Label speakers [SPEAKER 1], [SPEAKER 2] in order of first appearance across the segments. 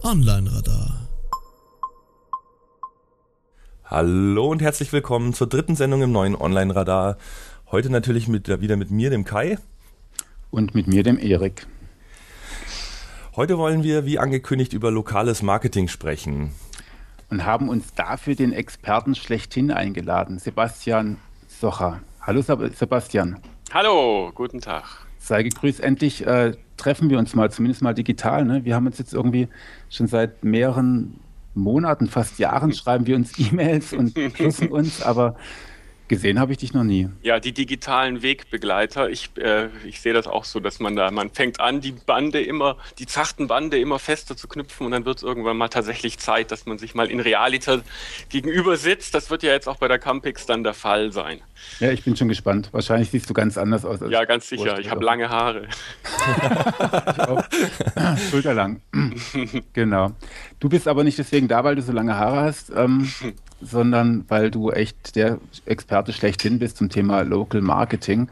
[SPEAKER 1] Online-Radar.
[SPEAKER 2] Hallo und herzlich willkommen zur dritten Sendung im neuen Online-Radar. Heute natürlich wieder mit mir, dem Kai.
[SPEAKER 3] Und mit mir, dem Erik.
[SPEAKER 2] Heute wollen wir, wie angekündigt, über lokales Marketing sprechen.
[SPEAKER 3] Und haben uns dafür den Experten schlechthin eingeladen, Sebastian Socher. Hallo Sebastian.
[SPEAKER 4] Hallo, guten Tag.
[SPEAKER 3] Sei gegrüßt. Endlich treffen wir uns mal, zumindest mal digital. Ne? Wir haben uns jetzt irgendwie schon seit mehreren Monaten, fast Jahren, schreiben wir uns E-Mails und plussen uns, aber gesehen habe ich dich noch nie.
[SPEAKER 4] Ja, die digitalen Wegbegleiter, ich sehe das auch so, dass man fängt an, die zarten Bande immer fester zu knüpfen und dann wird es irgendwann mal tatsächlich Zeit, dass man sich mal in Realita gegenüber sitzt. Das wird ja jetzt auch bei der Campix dann der Fall sein.
[SPEAKER 3] Ja, ich bin schon gespannt. Wahrscheinlich siehst du ganz anders aus.
[SPEAKER 4] Ja, ganz sicher. Ich habe lange Haare.
[SPEAKER 3] Ich auch. Schulterlang. Genau. Du bist aber nicht deswegen da, weil du so lange Haare hast, sondern weil du echt der Experte schlechthin bist zum Thema Local Marketing.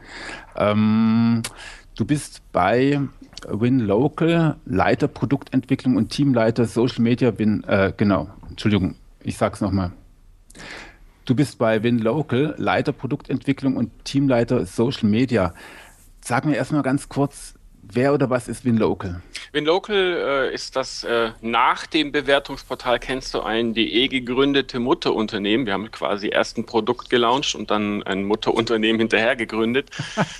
[SPEAKER 3] Du bist bei WinLocal Leiter Produktentwicklung und Teamleiter Social Media. Entschuldigung, ich sag's nochmal. Du bist bei WinLocal Leiter Produktentwicklung und Teamleiter Social Media. Sag mir erstmal ganz kurz, wer oder was ist WinLocal?
[SPEAKER 4] WinLocal ist das nach dem Bewertungsportal Kennst du einen.de gegründete Mutterunternehmen. Wir haben quasi erst ein Produkt gelauncht und dann ein Mutterunternehmen hinterher gegründet,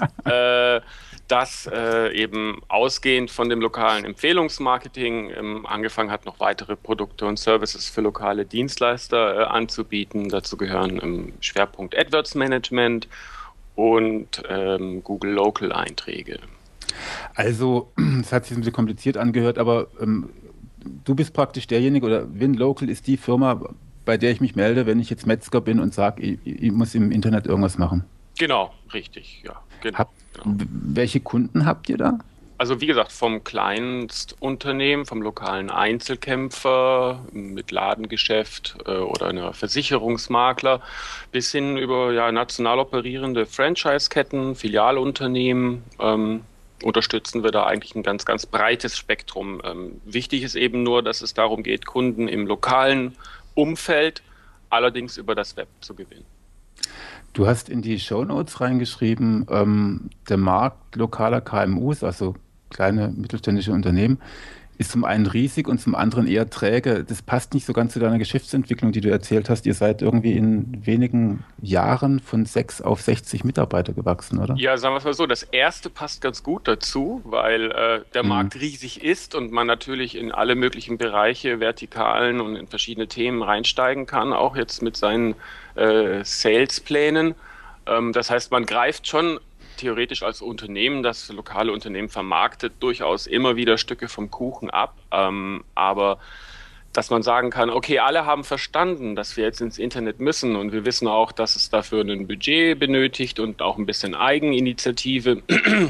[SPEAKER 4] das eben ausgehend von dem lokalen Empfehlungsmarketing angefangen hat, noch weitere Produkte und Services für lokale Dienstleister anzubieten. Dazu gehören Schwerpunkt AdWords Management und Google Local Einträge.
[SPEAKER 3] Also, es hat sich ein bisschen kompliziert angehört, aber du bist praktisch derjenige, oder WinLocal ist die Firma, bei der ich mich melde, wenn ich jetzt Metzger bin und sage, ich muss im Internet irgendwas machen.
[SPEAKER 4] Genau, richtig, ja. Genau.
[SPEAKER 3] Welche Kunden habt ihr da?
[SPEAKER 4] Also wie gesagt, vom Kleinstunternehmen, vom lokalen Einzelkämpfer mit Ladengeschäft oder einer Versicherungsmakler bis hin über national operierende Franchise-Ketten, Filialunternehmen, unterstützen wir da eigentlich ein ganz, ganz breites Spektrum. Wichtig ist eben nur, dass es darum geht, Kunden im lokalen Umfeld allerdings über das Web zu gewinnen.
[SPEAKER 3] Du hast in die Shownotes reingeschrieben, der Markt lokaler KMUs, also kleine mittelständische Unternehmen, ist zum einen riesig und zum anderen eher träge. Das passt nicht so ganz zu deiner Geschäftsentwicklung, die du erzählt hast. Ihr seid irgendwie in wenigen Jahren von 6 auf 60 Mitarbeiter gewachsen, oder?
[SPEAKER 4] Ja, sagen wir es mal so, das erste passt ganz gut dazu, weil der Markt riesig ist und man natürlich in alle möglichen Bereiche, Vertikalen und in verschiedene Themen reinsteigen kann, auch jetzt mit seinen Salesplänen. Das heißt, man greift schon theoretisch als Unternehmen, das lokale Unternehmen vermarktet, durchaus immer wieder Stücke vom Kuchen ab. Aber dass man sagen kann, okay, alle haben verstanden, dass wir jetzt ins Internet müssen und wir wissen auch, dass es dafür ein Budget benötigt und auch ein bisschen Eigeninitiative.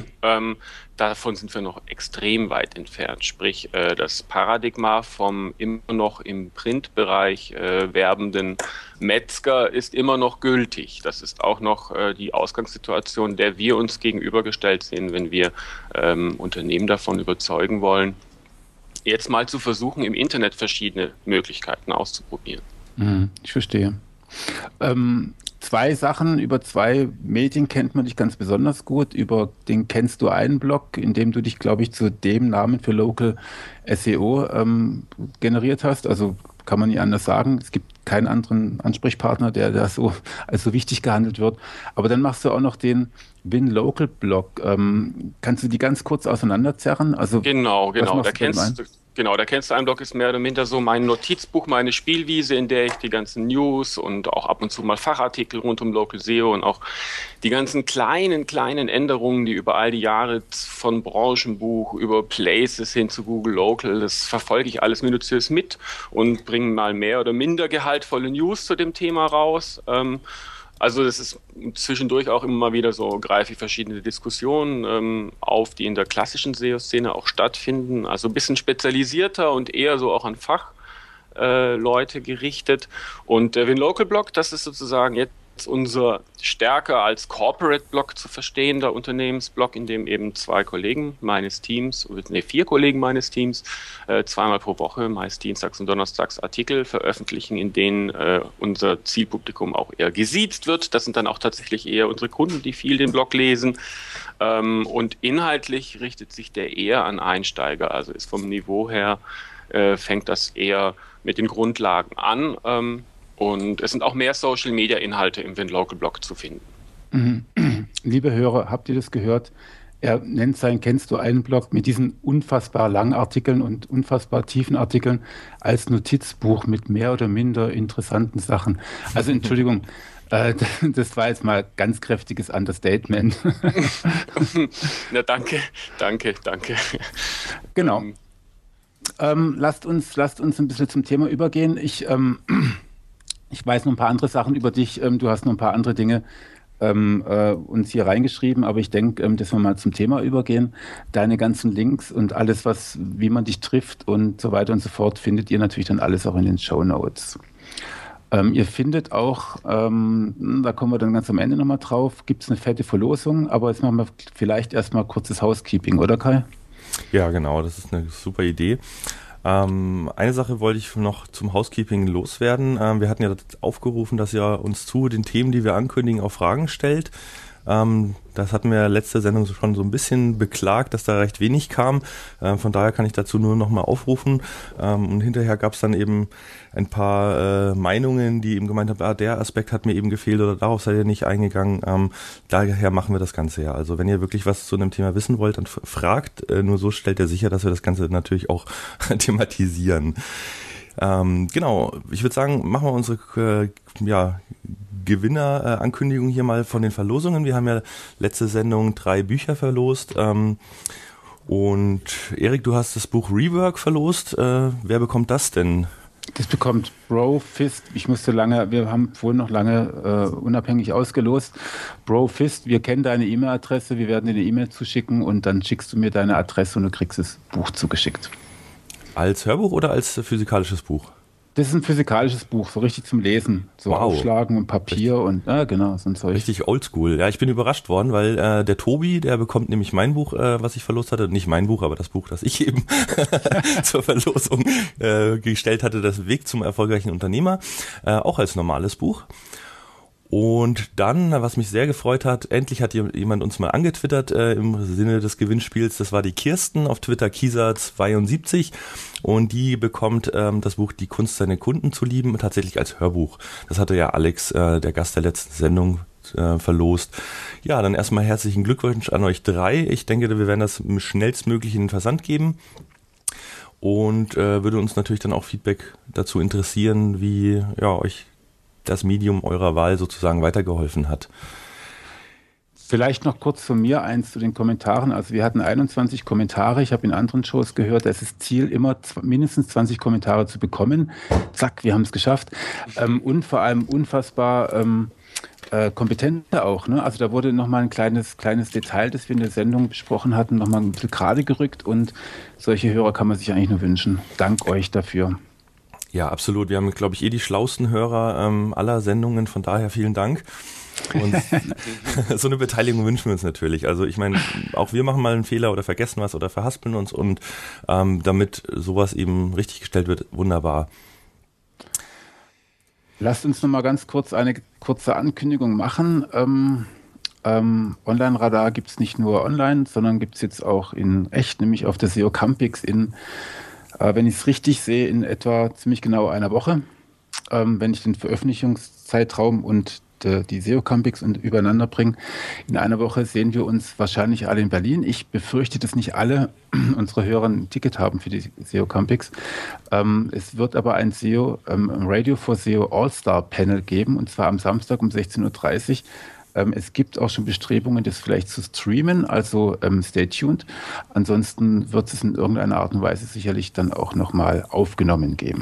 [SPEAKER 4] Davon sind wir noch extrem weit entfernt. Sprich, das Paradigma vom immer noch im Printbereich werbenden Metzger ist immer noch gültig. Das ist auch noch die Ausgangssituation, der wir uns gegenübergestellt sehen, wenn wir Unternehmen davon überzeugen wollen, jetzt mal zu versuchen, im Internet verschiedene Möglichkeiten auszuprobieren.
[SPEAKER 3] Ich verstehe. Zwei Sachen, über zwei Medien kennt man dich ganz besonders gut. Über den Kennst du einen Blog, in dem du dich, glaube ich, zu dem Namen für Local SEO generiert hast. Also kann man nicht anders sagen. Es gibt keinen anderen Ansprechpartner, der da so als so wichtig gehandelt wird. Aber dann machst du auch noch den WinLocal-Blog. Kannst du die ganz kurz auseinanderzerren? Also,
[SPEAKER 4] Genau. Der Kennst du einen Blog ist mehr oder minder so mein Notizbuch, meine Spielwiese, in der ich die ganzen News und auch ab und zu mal Fachartikel rund um Local SEO und auch die ganzen kleinen Änderungen, die über all die Jahre von Branchenbuch über Places hin zu Google Local, das verfolge ich alles minutiös mit und bringe mal mehr oder minder gehaltvolle News zu dem Thema raus. Also das ist zwischendurch auch immer mal wieder so, greife ich verschiedene Diskussionen auf, die in der klassischen SEO-Szene auch stattfinden. Also ein bisschen spezialisierter und eher so auch an Fachleute gerichtet. Und der WinLocal-Blog, das ist sozusagen jetzt unser stärker als Corporate-Blog zu verstehender Unternehmensblog, in dem eben 4 Kollegen meines Teams, zweimal pro Woche, meist dienstags und donnerstags Artikel veröffentlichen, in denen unser Zielpublikum auch eher gesiezt wird. Das sind dann auch tatsächlich eher unsere Kunden, die viel den Blog lesen. Und inhaltlich richtet sich der eher an Einsteiger, also ist vom Niveau her, fängt das eher mit den Grundlagen an. Und es sind auch mehr Social-Media-Inhalte im Venlocal-Blog zu finden.
[SPEAKER 3] Liebe Hörer, habt ihr das gehört? Er nennt seinen Kennst du einen Blog mit diesen unfassbar langen Artikeln und unfassbar tiefen Artikeln als Notizbuch mit mehr oder minder interessanten Sachen. Also Entschuldigung, das war jetzt mal ganz kräftiges Understatement.
[SPEAKER 4] Na, danke.
[SPEAKER 3] Genau. Lasst uns ein bisschen zum Thema übergehen. Ich weiß noch ein paar andere Sachen über dich. Du hast noch ein paar andere Dinge uns hier reingeschrieben, aber ich denke, dass wir mal zum Thema übergehen. Deine ganzen Links und alles, wie man dich trifft und so weiter und so fort, findet ihr natürlich dann alles auch in den Shownotes. Ihr findet auch, da kommen wir dann ganz am Ende nochmal drauf, gibt es eine fette Verlosung, aber jetzt machen wir vielleicht erstmal kurzes Housekeeping, oder Kai?
[SPEAKER 2] Ja, genau, das ist eine super Idee. Eine Sache wollte ich noch zum Housekeeping loswerden. Wir hatten ja aufgerufen, dass ihr uns zu den Themen, die wir ankündigen, auch Fragen stellt. Das hatten wir letzte Sendung schon so ein bisschen beklagt, dass da recht wenig kam. Von daher kann ich dazu nur noch mal aufrufen. Und hinterher gab es dann eben ein paar Meinungen, die eben gemeint haben, der Aspekt hat mir eben gefehlt oder darauf seid ihr nicht eingegangen. Daher machen wir das Ganze ja. Also wenn ihr wirklich was zu einem Thema wissen wollt, dann fragt. Nur so stellt ihr sicher, dass wir das Ganze natürlich auch thematisieren. Genau, ich würde sagen, machen wir unsere Gewinnerankündigung hier mal von den Verlosungen. Wir haben ja letzte Sendung 3 Bücher verlost. Und Erik, du hast das Buch Rework verlost. Wer bekommt das denn?
[SPEAKER 3] Das bekommt Brofist. Wir haben vorhin noch lange unabhängig ausgelost. Brofist, wir kennen deine E-Mail-Adresse, wir werden dir eine E-Mail zuschicken und dann schickst du mir deine Adresse und du kriegst das Buch zugeschickt.
[SPEAKER 2] Als Hörbuch oder als physikalisches Buch?
[SPEAKER 3] Das ist ein physikalisches Buch, so richtig zum Lesen. So Aufschlagen und Papier und genau, so ein Zeug.
[SPEAKER 2] Richtig oldschool. Ja, ich bin überrascht worden, weil der Tobi, der bekommt nämlich mein Buch, was ich verlost hatte. Nicht mein Buch, aber das Buch, das ich eben zur Verlosung gestellt hatte, das Weg zum erfolgreichen Unternehmer, auch als normales Buch. Und dann, was mich sehr gefreut hat, endlich hat jemand uns mal angetwittert im Sinne des Gewinnspiels. Das war die Kirsten auf Twitter, Kisa72. Und die bekommt das Buch Die Kunst, seine Kunden zu lieben, tatsächlich als Hörbuch. Das hatte ja Alex, der Gast der letzten Sendung, verlost. Ja, dann erstmal herzlichen Glückwunsch an euch 3. Ich denke, wir werden das schnellstmöglich in den Versand geben. Und würde uns natürlich dann auch Feedback dazu interessieren, wie euch das Medium eurer Wahl sozusagen weitergeholfen hat.
[SPEAKER 3] Vielleicht noch kurz von mir eins zu den Kommentaren. Also wir hatten 21 Kommentare. Ich habe in anderen Shows gehört, es ist Ziel, immer mindestens 20 Kommentare zu bekommen. Zack, wir haben es geschafft. Und vor allem unfassbar kompetente auch. Ne? Also da wurde nochmal ein kleines Detail, das wir in der Sendung besprochen hatten, nochmal ein bisschen gerade gerückt. Und solche Hörer kann man sich eigentlich nur wünschen. Dank euch dafür.
[SPEAKER 2] Ja, absolut. Wir haben, glaube ich, die schlauesten Hörer aller Sendungen. Von daher vielen Dank. Und so eine Beteiligung wünschen wir uns natürlich. Also ich meine, auch wir machen mal einen Fehler oder vergessen was oder verhaspeln uns. Und damit sowas eben richtig gestellt wird, wunderbar.
[SPEAKER 3] Lasst uns noch mal ganz kurz eine kurze Ankündigung machen. Online-Radar gibt es nicht nur online, sondern gibt es jetzt auch in echt, nämlich auf der SEO Campix wenn ich es richtig sehe, in etwa ziemlich genau einer Woche. Wenn ich den Veröffentlichungszeitraum und die SEO Campix übereinander bringe. In einer Woche sehen wir uns wahrscheinlich alle in Berlin. Ich befürchte, dass nicht alle unsere Hörer ein Ticket haben für die SEO Campix. Es wird aber ein Radio for SEO All-Star Panel geben, und zwar am Samstag um 16:30 Uhr. Es gibt auch schon Bestrebungen, das vielleicht zu streamen, also stay tuned. Ansonsten wird es in irgendeiner Art und Weise sicherlich dann auch nochmal aufgenommen geben.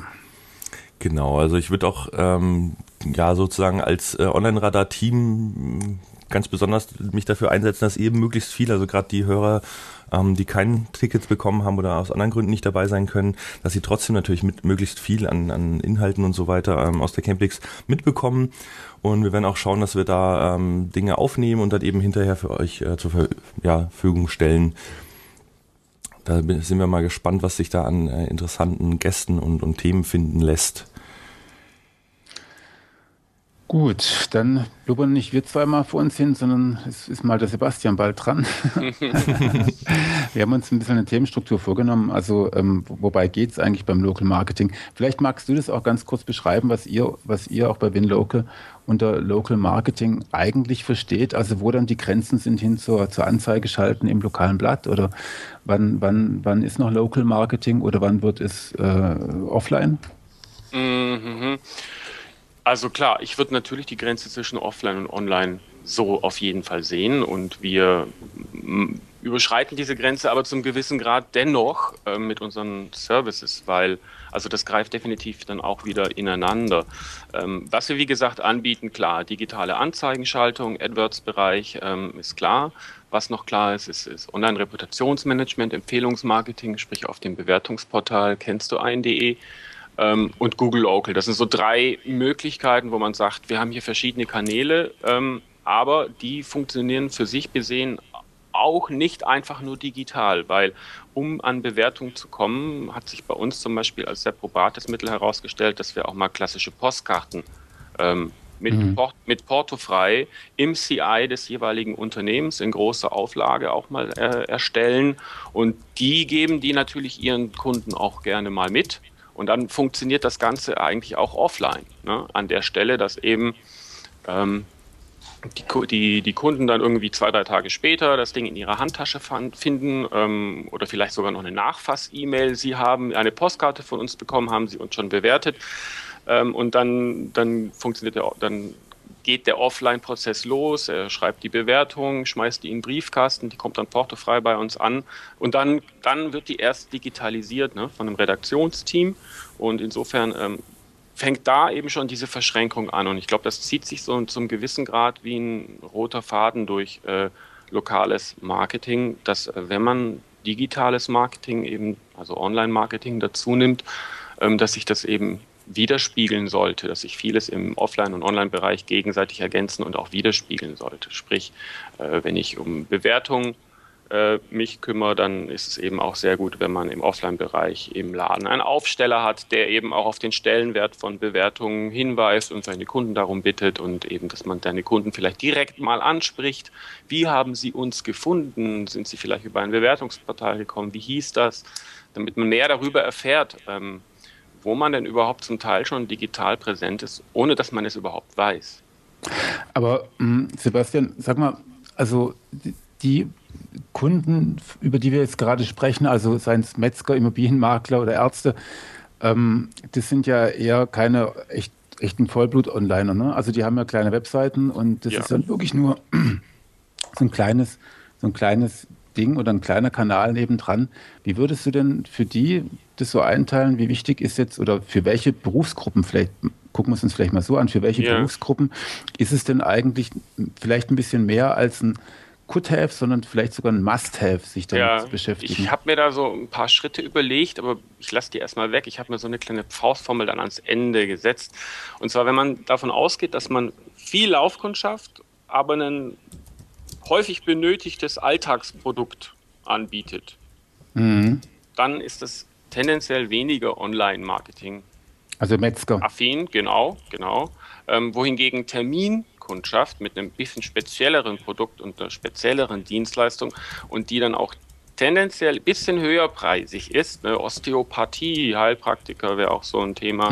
[SPEAKER 2] Genau, also ich würde auch sozusagen als Online-Radar-Team ganz besonders mich dafür einsetzen, dass eben möglichst viel, also gerade die Hörer, die kein Tickets bekommen haben oder aus anderen Gründen nicht dabei sein können, dass sie trotzdem natürlich mit möglichst viel an Inhalten und so weiter aus der Campix mitbekommen. Und wir werden auch schauen, dass wir da Dinge aufnehmen und dann eben hinterher für euch zur Verfügung stellen. Da sind wir mal gespannt, was sich da an interessanten Gästen und Themen finden lässt.
[SPEAKER 3] Gut, dann blubbern nicht wir zweimal vor uns hin, sondern es ist mal der Sebastian bald dran. Wir haben uns ein bisschen eine Themenstruktur vorgenommen, also wobei geht es eigentlich beim Local Marketing? Vielleicht magst du das auch ganz kurz beschreiben, was ihr auch bei WinLocal unter Local Marketing eigentlich versteht, also wo dann die Grenzen sind hin zur Anzeige schalten im lokalen Blatt oder wann ist noch Local Marketing oder wann wird es offline?
[SPEAKER 4] Mhm. Also klar, ich würde natürlich die Grenze zwischen Offline und Online so auf jeden Fall sehen und wir überschreiten diese Grenze aber zum gewissen Grad dennoch mit unseren Services, weil also das greift definitiv dann auch wieder ineinander. Was wir wie gesagt anbieten, klar, digitale Anzeigenschaltung, AdWords-Bereich ist klar. Was noch klar ist Online-Reputationsmanagement, Empfehlungsmarketing, sprich auf dem Bewertungsportal kennstduein.de. Und Google Local. Das sind so 3 Möglichkeiten, wo man sagt, wir haben hier verschiedene Kanäle, aber die funktionieren für sich gesehen auch nicht einfach nur digital, weil um an Bewertungen zu kommen, hat sich bei uns zum Beispiel als sehr probates Mittel herausgestellt, dass wir auch mal klassische Postkarten mit portofrei im CI des jeweiligen Unternehmens in großer Auflage auch mal erstellen und die geben die natürlich ihren Kunden auch gerne mal mit. Und dann funktioniert das Ganze eigentlich auch offline, ne? An der Stelle, dass eben die Kunden dann irgendwie 2, 3 Tage später das Ding in ihrer Handtasche finden oder vielleicht sogar noch eine Nachfass-E-Mail sie haben, eine Postkarte von uns bekommen, haben sie uns schon bewertet und dann funktioniert dann geht der Offline-Prozess los, er schreibt die Bewertung, schmeißt die in den Briefkasten, die kommt dann portofrei bei uns an und dann wird die erst digitalisiert, ne, von einem Redaktionsteam und insofern fängt da eben schon diese Verschränkung an und ich glaube, das zieht sich so zum gewissen Grad wie ein roter Faden durch lokales Marketing, dass wenn man digitales Marketing eben, also Online-Marketing dazu nimmt, dass sich das eben widerspiegeln sollte, dass sich vieles im Offline- und Online-Bereich gegenseitig ergänzen und auch widerspiegeln sollte. Sprich, wenn ich um Bewertungen mich kümmere, dann ist es eben auch sehr gut, wenn man im Offline-Bereich im Laden einen Aufsteller hat, der eben auch auf den Stellenwert von Bewertungen hinweist und seine Kunden darum bittet und eben, dass man seine Kunden vielleicht direkt mal anspricht. Wie haben sie uns gefunden? Sind sie vielleicht über ein Bewertungsportal gekommen? Wie hieß das? Damit man mehr darüber erfährt, wo man denn überhaupt zum Teil schon digital präsent ist, ohne dass man es überhaupt weiß.
[SPEAKER 3] Aber Sebastian, sag mal, also die Kunden, über die wir jetzt gerade sprechen, also seien es Metzger, Immobilienmakler oder Ärzte, das sind ja eher keine echten Vollblut-Onliner, ne? Also die haben ja kleine Webseiten und das ist dann wirklich nur so ein kleines Ding oder ein kleiner Kanal nebendran. Wie würdest du denn für die das so einteilen? Wie wichtig ist jetzt oder für welche Berufsgruppen, vielleicht gucken wir es uns vielleicht mal so an, für welche Berufsgruppen ist es denn eigentlich vielleicht ein bisschen mehr als ein Could-have, sondern vielleicht sogar ein Must-have, sich damit zu beschäftigen?
[SPEAKER 4] Ich habe mir da so ein paar Schritte überlegt, aber ich lasse die erstmal weg. Ich habe mir so eine kleine Faustformel dann ans Ende gesetzt. Und zwar, wenn man davon ausgeht, dass man viel Laufkundschaft, aber ein häufig benötigtes Alltagsprodukt anbietet, dann ist das tendenziell weniger Online-Marketing.
[SPEAKER 3] Also Metzger.
[SPEAKER 4] Affin, genau. Wohingegen Terminkundschaft mit einem bisschen spezielleren Produkt und einer spezielleren Dienstleistung und die dann auch tendenziell ein bisschen höherpreisig ist, ne? Osteopathie, Heilpraktiker wäre auch so ein Thema.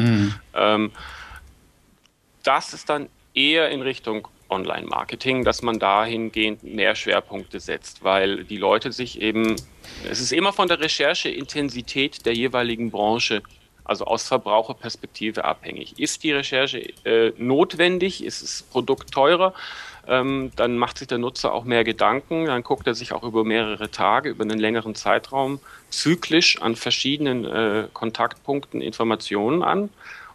[SPEAKER 4] Das ist dann eher in Richtung Online-Marketing, dass man dahingehend mehr Schwerpunkte setzt, weil die Leute sich eben, es ist immer von der Rechercheintensität der jeweiligen Branche, also aus Verbraucherperspektive abhängig. Ist die Recherche notwendig? Ist das Produkt teurer? Dann macht sich der Nutzer auch mehr Gedanken, dann guckt er sich auch über mehrere Tage, über einen längeren Zeitraum zyklisch an verschiedenen Kontaktpunkten Informationen an, ob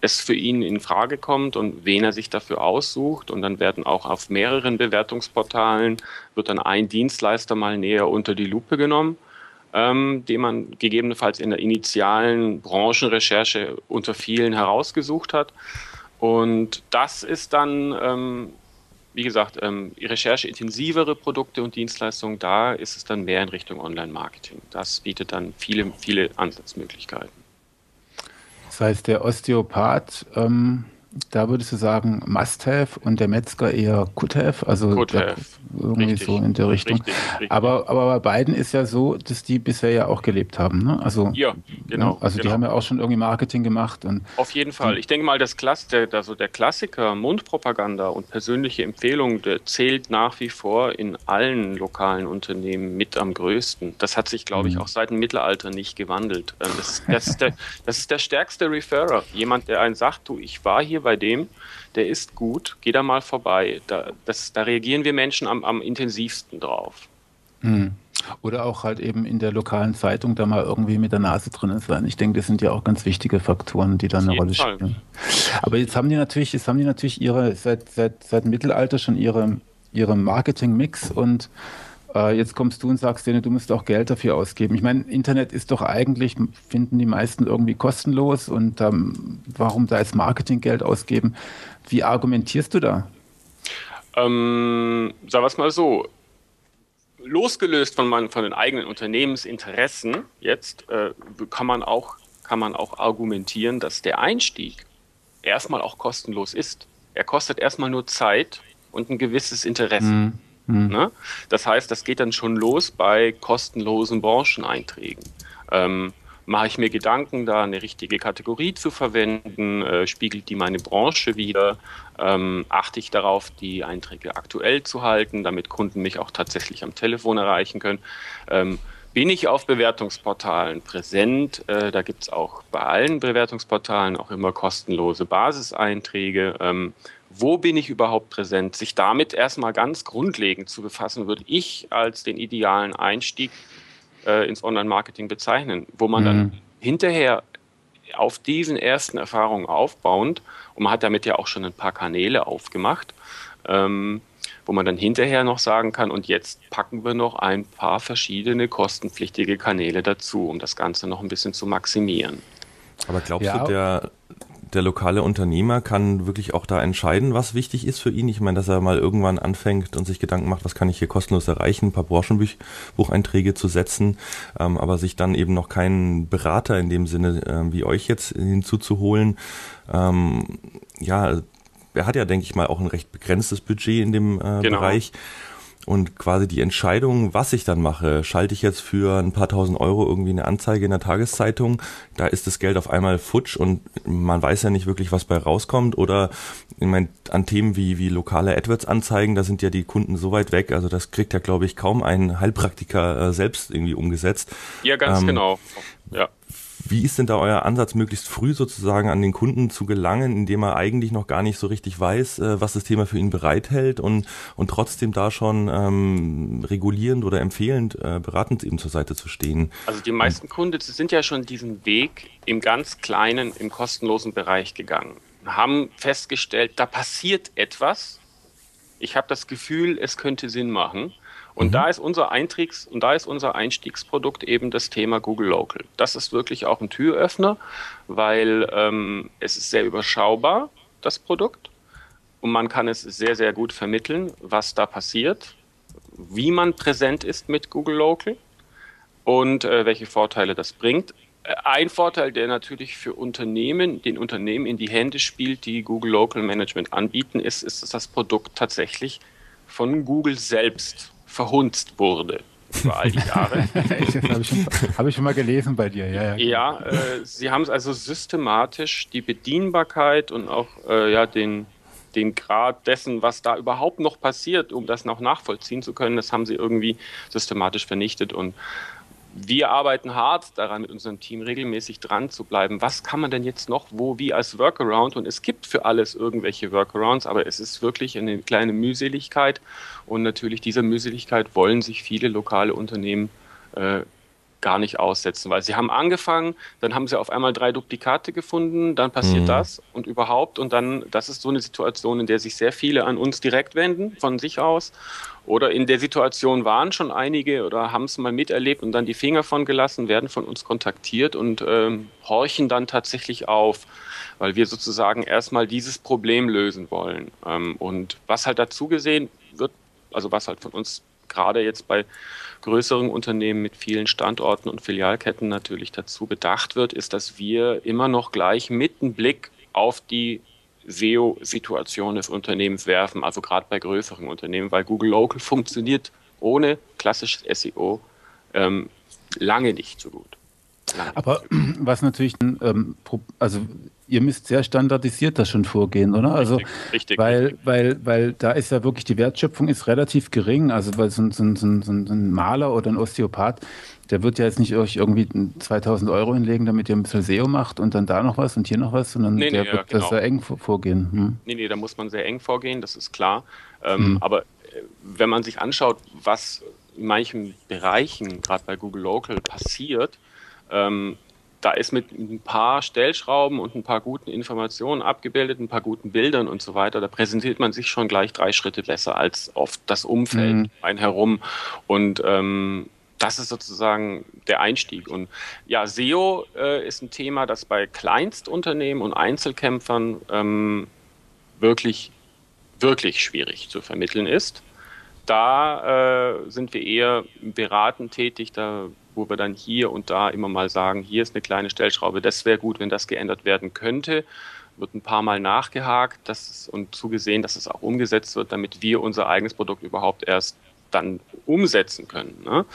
[SPEAKER 4] es für ihn in Frage kommt und wen er sich dafür aussucht. Und dann werden auch auf mehreren Bewertungsportalen wird dann ein Dienstleister mal näher unter die Lupe genommen, den man gegebenenfalls in der initialen Branchenrecherche unter vielen herausgesucht hat. Und das ist dann, wie gesagt, rechercheintensivere Produkte und Dienstleistungen, da ist es dann mehr in Richtung Online-Marketing. Das bietet dann viele, viele Ansatzmöglichkeiten.
[SPEAKER 3] Das heißt, der Osteopath, da würdest du sagen Must-Have und der Metzger eher Could-Have, also irgendwie richtig, so in der Richtung. Richtig. Aber bei beiden ist ja so, dass die bisher ja auch gelebt haben. Ne? Also,
[SPEAKER 4] ja, genau.
[SPEAKER 3] Also die haben ja auch schon irgendwie Marketing gemacht. Und
[SPEAKER 4] auf jeden Fall. Ich denke mal, der Klassiker Mundpropaganda und persönliche Empfehlung, der zählt nach wie vor in allen lokalen Unternehmen mit am größten. Das hat sich, glaube ich, auch seit dem Mittelalter nicht gewandelt. Das ist der stärkste Referrer. Jemand, der einen sagt, du, ich war hier bei dem, der ist gut, geh da mal vorbei. Da reagieren wir Menschen am intensivsten drauf.
[SPEAKER 3] Oder auch halt eben in der lokalen Zeitung da mal irgendwie mit der Nase drin sein. Ich denke, das sind ja auch ganz wichtige Faktoren, die da eine Rolle spielen. Aber jetzt haben die natürlich ihre seit dem Mittelalter schon ihre Marketing-Mix und jetzt kommst du und sagst denen, du musst auch Geld dafür ausgeben. Ich meine, Internet ist doch eigentlich, finden die meisten irgendwie kostenlos und warum da jetzt Marketinggeld ausgeben? Wie argumentierst du da?
[SPEAKER 4] Sagen wir es mal so, losgelöst von den eigenen Unternehmensinteressen jetzt kann man auch argumentieren, dass der Einstieg erstmal auch kostenlos ist. Er kostet erstmal nur Zeit und ein gewisses Interesse. Ne? Das heißt, das geht dann schon los bei kostenlosen Brancheneinträgen. Mache ich mir Gedanken, da eine richtige Kategorie zu verwenden? Spiegelt die meine Branche wider? Achte ich darauf, die Einträge aktuell zu halten, damit Kunden mich auch tatsächlich am Telefon erreichen können? Bin ich auf Bewertungsportalen präsent? Da gibt es auch bei allen Bewertungsportalen auch immer kostenlose Basiseinträge. Wo bin ich überhaupt präsent? Sich damit erstmal ganz grundlegend zu befassen, würde ich als den idealen Einstieg ins Online-Marketing bezeichnen, wo man dann hinterher auf diesen ersten Erfahrungen aufbauend, und man hat damit ja auch schon ein paar Kanäle aufgemacht, wo man dann hinterher noch sagen kann, und jetzt packen wir noch ein paar verschiedene kostenpflichtige Kanäle dazu, um das Ganze noch ein bisschen zu maximieren.
[SPEAKER 2] Aber glaubst du, der lokale Unternehmer kann wirklich auch da entscheiden, was wichtig ist für ihn? Ich meine, dass er mal irgendwann anfängt und sich Gedanken macht, was kann ich hier kostenlos erreichen, ein paar Branchenbucheinträge zu setzen, aber sich dann eben noch keinen Berater in dem Sinne wie euch jetzt hinzuzuholen. Er hat ja, denke ich mal, auch ein recht begrenztes Budget in dem Bereich. Und quasi die Entscheidung, was ich dann mache, schalte ich jetzt für ein paar tausend Euro irgendwie eine Anzeige in der Tageszeitung, da ist das Geld auf einmal futsch und man weiß ja nicht wirklich, was bei rauskommt. Oder ich meine, an Themen wie lokale AdWords-Anzeigen, da sind ja die Kunden so weit weg, also das kriegt ja, glaube ich, kaum ein Heilpraktiker selbst irgendwie umgesetzt.
[SPEAKER 4] Ja, ganz genau. Ja.
[SPEAKER 2] Wie ist denn da euer Ansatz, möglichst früh sozusagen an den Kunden zu gelangen, indem er eigentlich noch gar nicht so richtig weiß, was das Thema für ihn bereithält und trotzdem da schon regulierend oder empfehlend, beratend ihm zur Seite zu stehen?
[SPEAKER 4] Also die meisten Kunden sind ja schon diesen Weg im ganz kleinen, im kostenlosen Bereich gegangen, haben festgestellt, da passiert etwas. Ich habe das Gefühl, es könnte Sinn machen. Und da ist unser Einstiegsprodukt eben das Thema Google Local. Das ist wirklich auch ein Türöffner, weil es ist sehr überschaubar, das Produkt. Und man kann es sehr, sehr gut vermitteln, was da passiert, wie man präsent ist mit Google Local und welche Vorteile das bringt. Ein Vorteil, der natürlich für den Unternehmen in die Hände spielt, die Google Local Management anbieten, ist, dass das Produkt tatsächlich von Google selbst verhunzt wurde über all die Jahre.
[SPEAKER 3] Das habe ich schon mal gelesen bei dir.
[SPEAKER 4] Ja, sie haben es also systematisch die Bedienbarkeit und auch den Grad dessen, was da überhaupt noch passiert, um das noch nachvollziehen zu können, das haben sie irgendwie systematisch vernichtet. Und wir arbeiten hart daran, mit unserem Team regelmäßig dran zu bleiben. Was kann man denn jetzt noch, wo, wie als Workaround? Und es gibt für alles irgendwelche Workarounds, aber es ist wirklich eine kleine Mühseligkeit. Und natürlich dieser Mühseligkeit wollen sich viele lokale Unternehmen gar nicht aussetzen, weil sie haben angefangen, dann haben sie auf einmal 3 Duplikate gefunden, dann passiert das und überhaupt und dann, das ist so eine Situation, in der sich sehr viele an uns direkt wenden, von sich aus, oder in der Situation waren schon einige oder haben es mal miterlebt und dann die Finger von gelassen, werden von uns kontaktiert und horchen dann tatsächlich auf, weil wir sozusagen erstmal dieses Problem lösen wollen. Und was halt dazu gesehen wird, also was halt von uns gerade jetzt bei größeren Unternehmen mit vielen Standorten und Filialketten natürlich dazu bedacht wird, ist, dass wir immer noch gleich mit einem Blick auf die SEO-Situation des Unternehmens werfen, also gerade bei größeren Unternehmen, weil Google Local funktioniert ohne klassisches SEO lange nicht so gut.
[SPEAKER 3] Aber was natürlich, also ihr müsst sehr standardisiert da schon vorgehen, oder? Also,
[SPEAKER 4] richtig.
[SPEAKER 3] Weil da ist ja wirklich, die Wertschöpfung ist relativ gering. Also weil so ein Maler oder ein Osteopath, der wird ja jetzt nicht euch irgendwie 2.000 € hinlegen, damit ihr ein bisschen SEO macht und dann da noch was und hier noch was, sondern der wird da sehr eng vorgehen.
[SPEAKER 4] Nee, da muss man sehr eng vorgehen, das ist klar. Aber wenn man sich anschaut, was in manchen Bereichen, gerade bei Google Local, passiert, da ist mit ein paar Stellschrauben und ein paar guten Informationen abgebildet, ein paar guten Bildern und so weiter, da präsentiert man sich schon gleich 3 Schritte besser als oft das Umfeld ein herum. Und das ist sozusagen der Einstieg. Und ja, SEO ist ein Thema, das bei Kleinstunternehmen und Einzelkämpfern wirklich, wirklich schwierig zu vermitteln ist. Da sind wir eher beratend tätig, wo wir dann hier und da immer mal sagen, hier ist eine kleine Stellschraube, das wäre gut, wenn das geändert werden könnte. Wird ein paar Mal nachgehakt und zugesehen, dass es auch umgesetzt wird, damit wir unser eigenes Produkt überhaupt erst dann umsetzen können. Ne?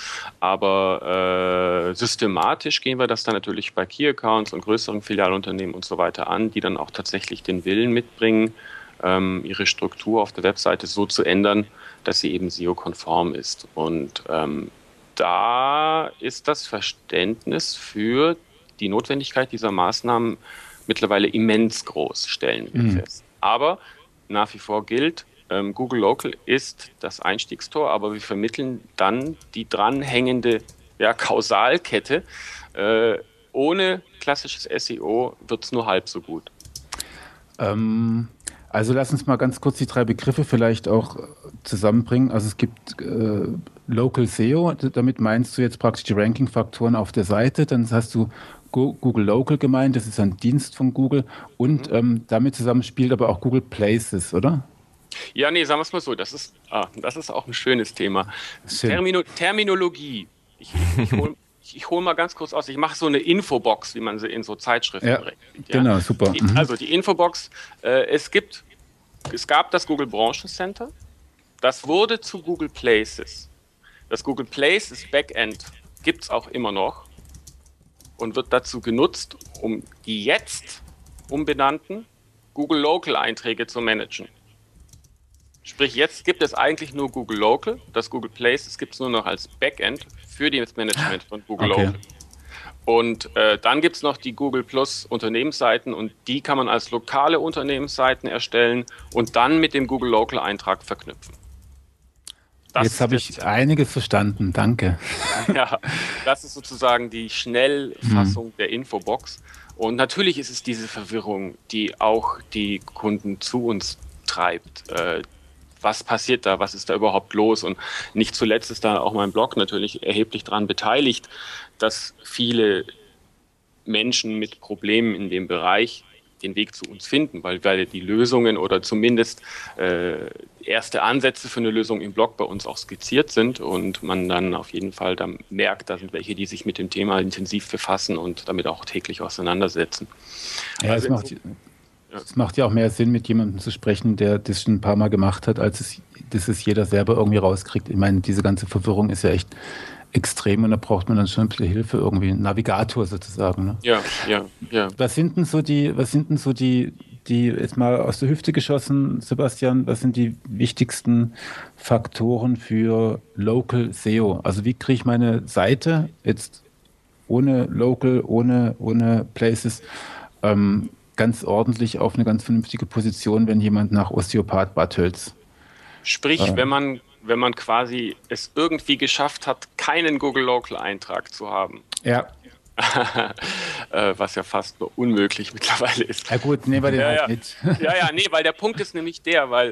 [SPEAKER 4] Aber systematisch gehen wir das dann natürlich bei Key Accounts und größeren Filialunternehmen und so weiter an, die dann auch tatsächlich den Willen mitbringen, ihre Struktur auf der Webseite so zu ändern, dass sie eben SEO-konform ist. Und da ist das Verständnis für die Notwendigkeit dieser Maßnahmen mittlerweile immens groß, stellen wir fest. Aber nach wie vor gilt, Google Local ist das Einstiegstor, aber wir vermitteln dann die dranhängende Kausalkette. Ohne klassisches SEO wird es nur halb so gut.
[SPEAKER 3] Also lass uns mal ganz kurz die 3 Begriffe vielleicht auch zusammenbringen. Also es gibt Local SEO, damit meinst du jetzt praktisch die Ranking-Faktoren auf der Seite. Dann hast du Google Local gemeint, das ist ein Dienst von Google. Und damit zusammen spielt aber auch Google Places, oder?
[SPEAKER 4] Ja, nee, sagen wir es mal so, das ist auch ein schönes Thema. Terminologie. Ich hole mal ganz kurz aus. Ich mache so eine Infobox, wie man sie in so Zeitschriften bringt. Ja?
[SPEAKER 3] Genau, super.
[SPEAKER 4] Also die Infobox, es gab das Google Branchencenter, das wurde zu Google Places. Das Google Places Backend gibt es auch immer noch und wird dazu genutzt, um die jetzt umbenannten Google Local Einträge zu managen. Sprich, jetzt gibt es eigentlich nur Google Local. Das Google Places gibt es nur noch als Backend für das Management von Google Local. Und dann gibt es noch die Google Plus Unternehmensseiten und die kann man als lokale Unternehmensseiten erstellen und dann mit dem Google Local Eintrag verknüpfen.
[SPEAKER 3] Jetzt habe ich einiges verstanden, danke.
[SPEAKER 4] Ja, das ist sozusagen die Schnellfassung der Infobox. Und natürlich ist es diese Verwirrung, die auch die Kunden zu uns treibt. Was passiert da? Was ist da überhaupt los? Und nicht zuletzt ist da auch mein Blog natürlich erheblich daran beteiligt, dass viele Menschen mit Problemen in dem Bereich den Weg zu uns finden, weil die Lösungen oder zumindest erste Ansätze für eine Lösung im Blog bei uns auch skizziert sind und man dann auf jeden Fall dann merkt, da sind welche, die sich mit dem Thema intensiv befassen und damit auch täglich auseinandersetzen.
[SPEAKER 3] Ja, also es macht ja auch mehr Sinn, mit jemandem zu sprechen, der das schon ein paar Mal gemacht hat, als dass es jeder selber irgendwie rauskriegt. Ich meine, diese ganze Verwirrung ist ja echt extrem und da braucht man dann schon ein bisschen Hilfe, irgendwie einen Navigator sozusagen. Ne?
[SPEAKER 4] Ja.
[SPEAKER 3] Was sind denn so die, jetzt mal aus der Hüfte geschossen, Sebastian, was sind die wichtigsten Faktoren für Local SEO? Also wie kriege ich meine Seite jetzt ohne Local, ohne Places ganz ordentlich auf eine ganz vernünftige Position, wenn jemand nach Osteopath Bartels.
[SPEAKER 4] Sprich, wenn man wenn man quasi es irgendwie geschafft hat, keinen Google Local Eintrag zu haben.
[SPEAKER 3] Ja.
[SPEAKER 4] Was ja fast nur unmöglich mittlerweile ist.
[SPEAKER 3] Ja gut, nehmen wir den halt mit.
[SPEAKER 4] Nee, weil der Punkt ist nämlich der, weil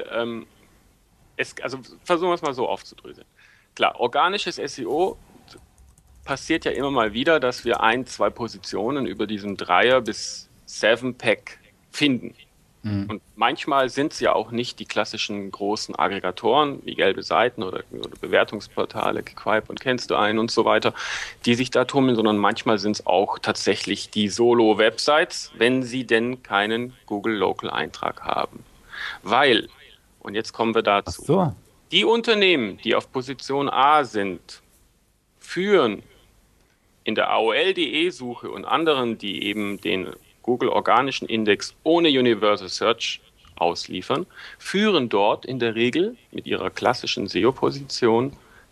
[SPEAKER 4] also versuchen wir es mal so aufzudröseln. Klar, organisches SEO passiert ja immer mal wieder, dass wir 1, 2 Positionen über diesen 3er bis 7-Pack finden. Und manchmal sind es ja auch nicht die klassischen großen Aggregatoren wie gelbe Seiten oder Bewertungsportale, Quipe und Kennst du einen und so weiter, die sich da tummeln, sondern manchmal sind es auch tatsächlich die Solo-Websites, wenn sie denn keinen Google Local Eintrag haben. Weil, und jetzt kommen wir dazu,
[SPEAKER 3] so.
[SPEAKER 4] Die Unternehmen, die auf Position A sind, führen in der AOL.de-Suche und anderen, die eben den Google organischen Index ohne Universal Search ausliefern, führen dort in der Regel mit ihrer klassischen SEO-Position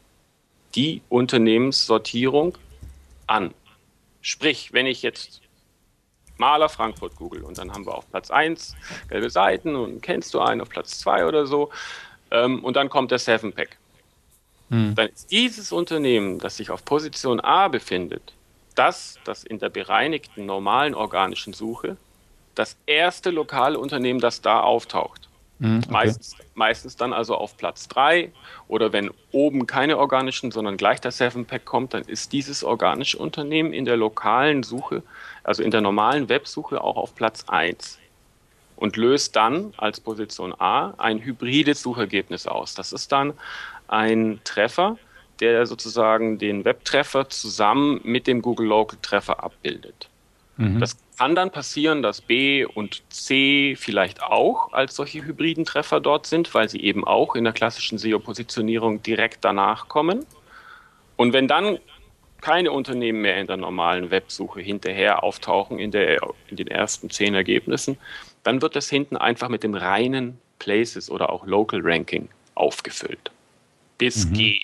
[SPEAKER 4] die Unternehmenssortierung an. Sprich, wenn ich jetzt Maler Frankfurt google und dann haben wir auf Platz 1 gelbe Seiten und Kennst du einen auf Platz 2 oder so und dann kommt der 7-Pack. Dann ist dieses Unternehmen, das sich auf Position A befindet, das in der bereinigten, normalen organischen Suche das erste lokale Unternehmen, das da auftaucht. Okay. Meistens dann also auf Platz 3 oder wenn oben keine organischen, sondern gleich der 7-Pack kommt, dann ist dieses organische Unternehmen in der lokalen Suche, also in der normalen Websuche auch auf Platz 1 und löst dann als Position A ein hybrides Suchergebnis aus. Das ist dann ein Treffer, der sozusagen den Webtreffer zusammen mit dem Google Local Treffer abbildet. Das kann dann passieren, dass B und C vielleicht auch als solche hybriden Treffer dort sind, weil sie eben auch in der klassischen SEO-Positionierung direkt danach kommen. Und wenn dann keine Unternehmen mehr in der normalen Websuche hinterher auftauchen in den ersten 10 Ergebnissen, dann wird das hinten einfach mit dem reinen Places oder auch Local Ranking aufgefüllt. Bis G.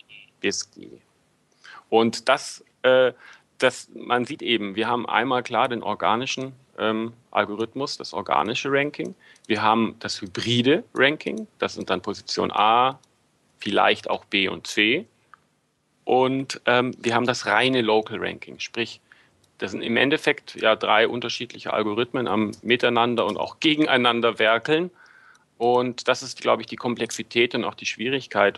[SPEAKER 4] Und man sieht eben, wir haben einmal klar den organischen Algorithmus, das organische Ranking. Wir haben das hybride Ranking, das sind dann Position A, vielleicht auch B und C. Und wir haben das reine Local Ranking, sprich, das sind im Endeffekt ja 3 unterschiedliche Algorithmen am Miteinander und auch gegeneinander werkeln. Und das ist, glaube ich, die Komplexität und auch die Schwierigkeit.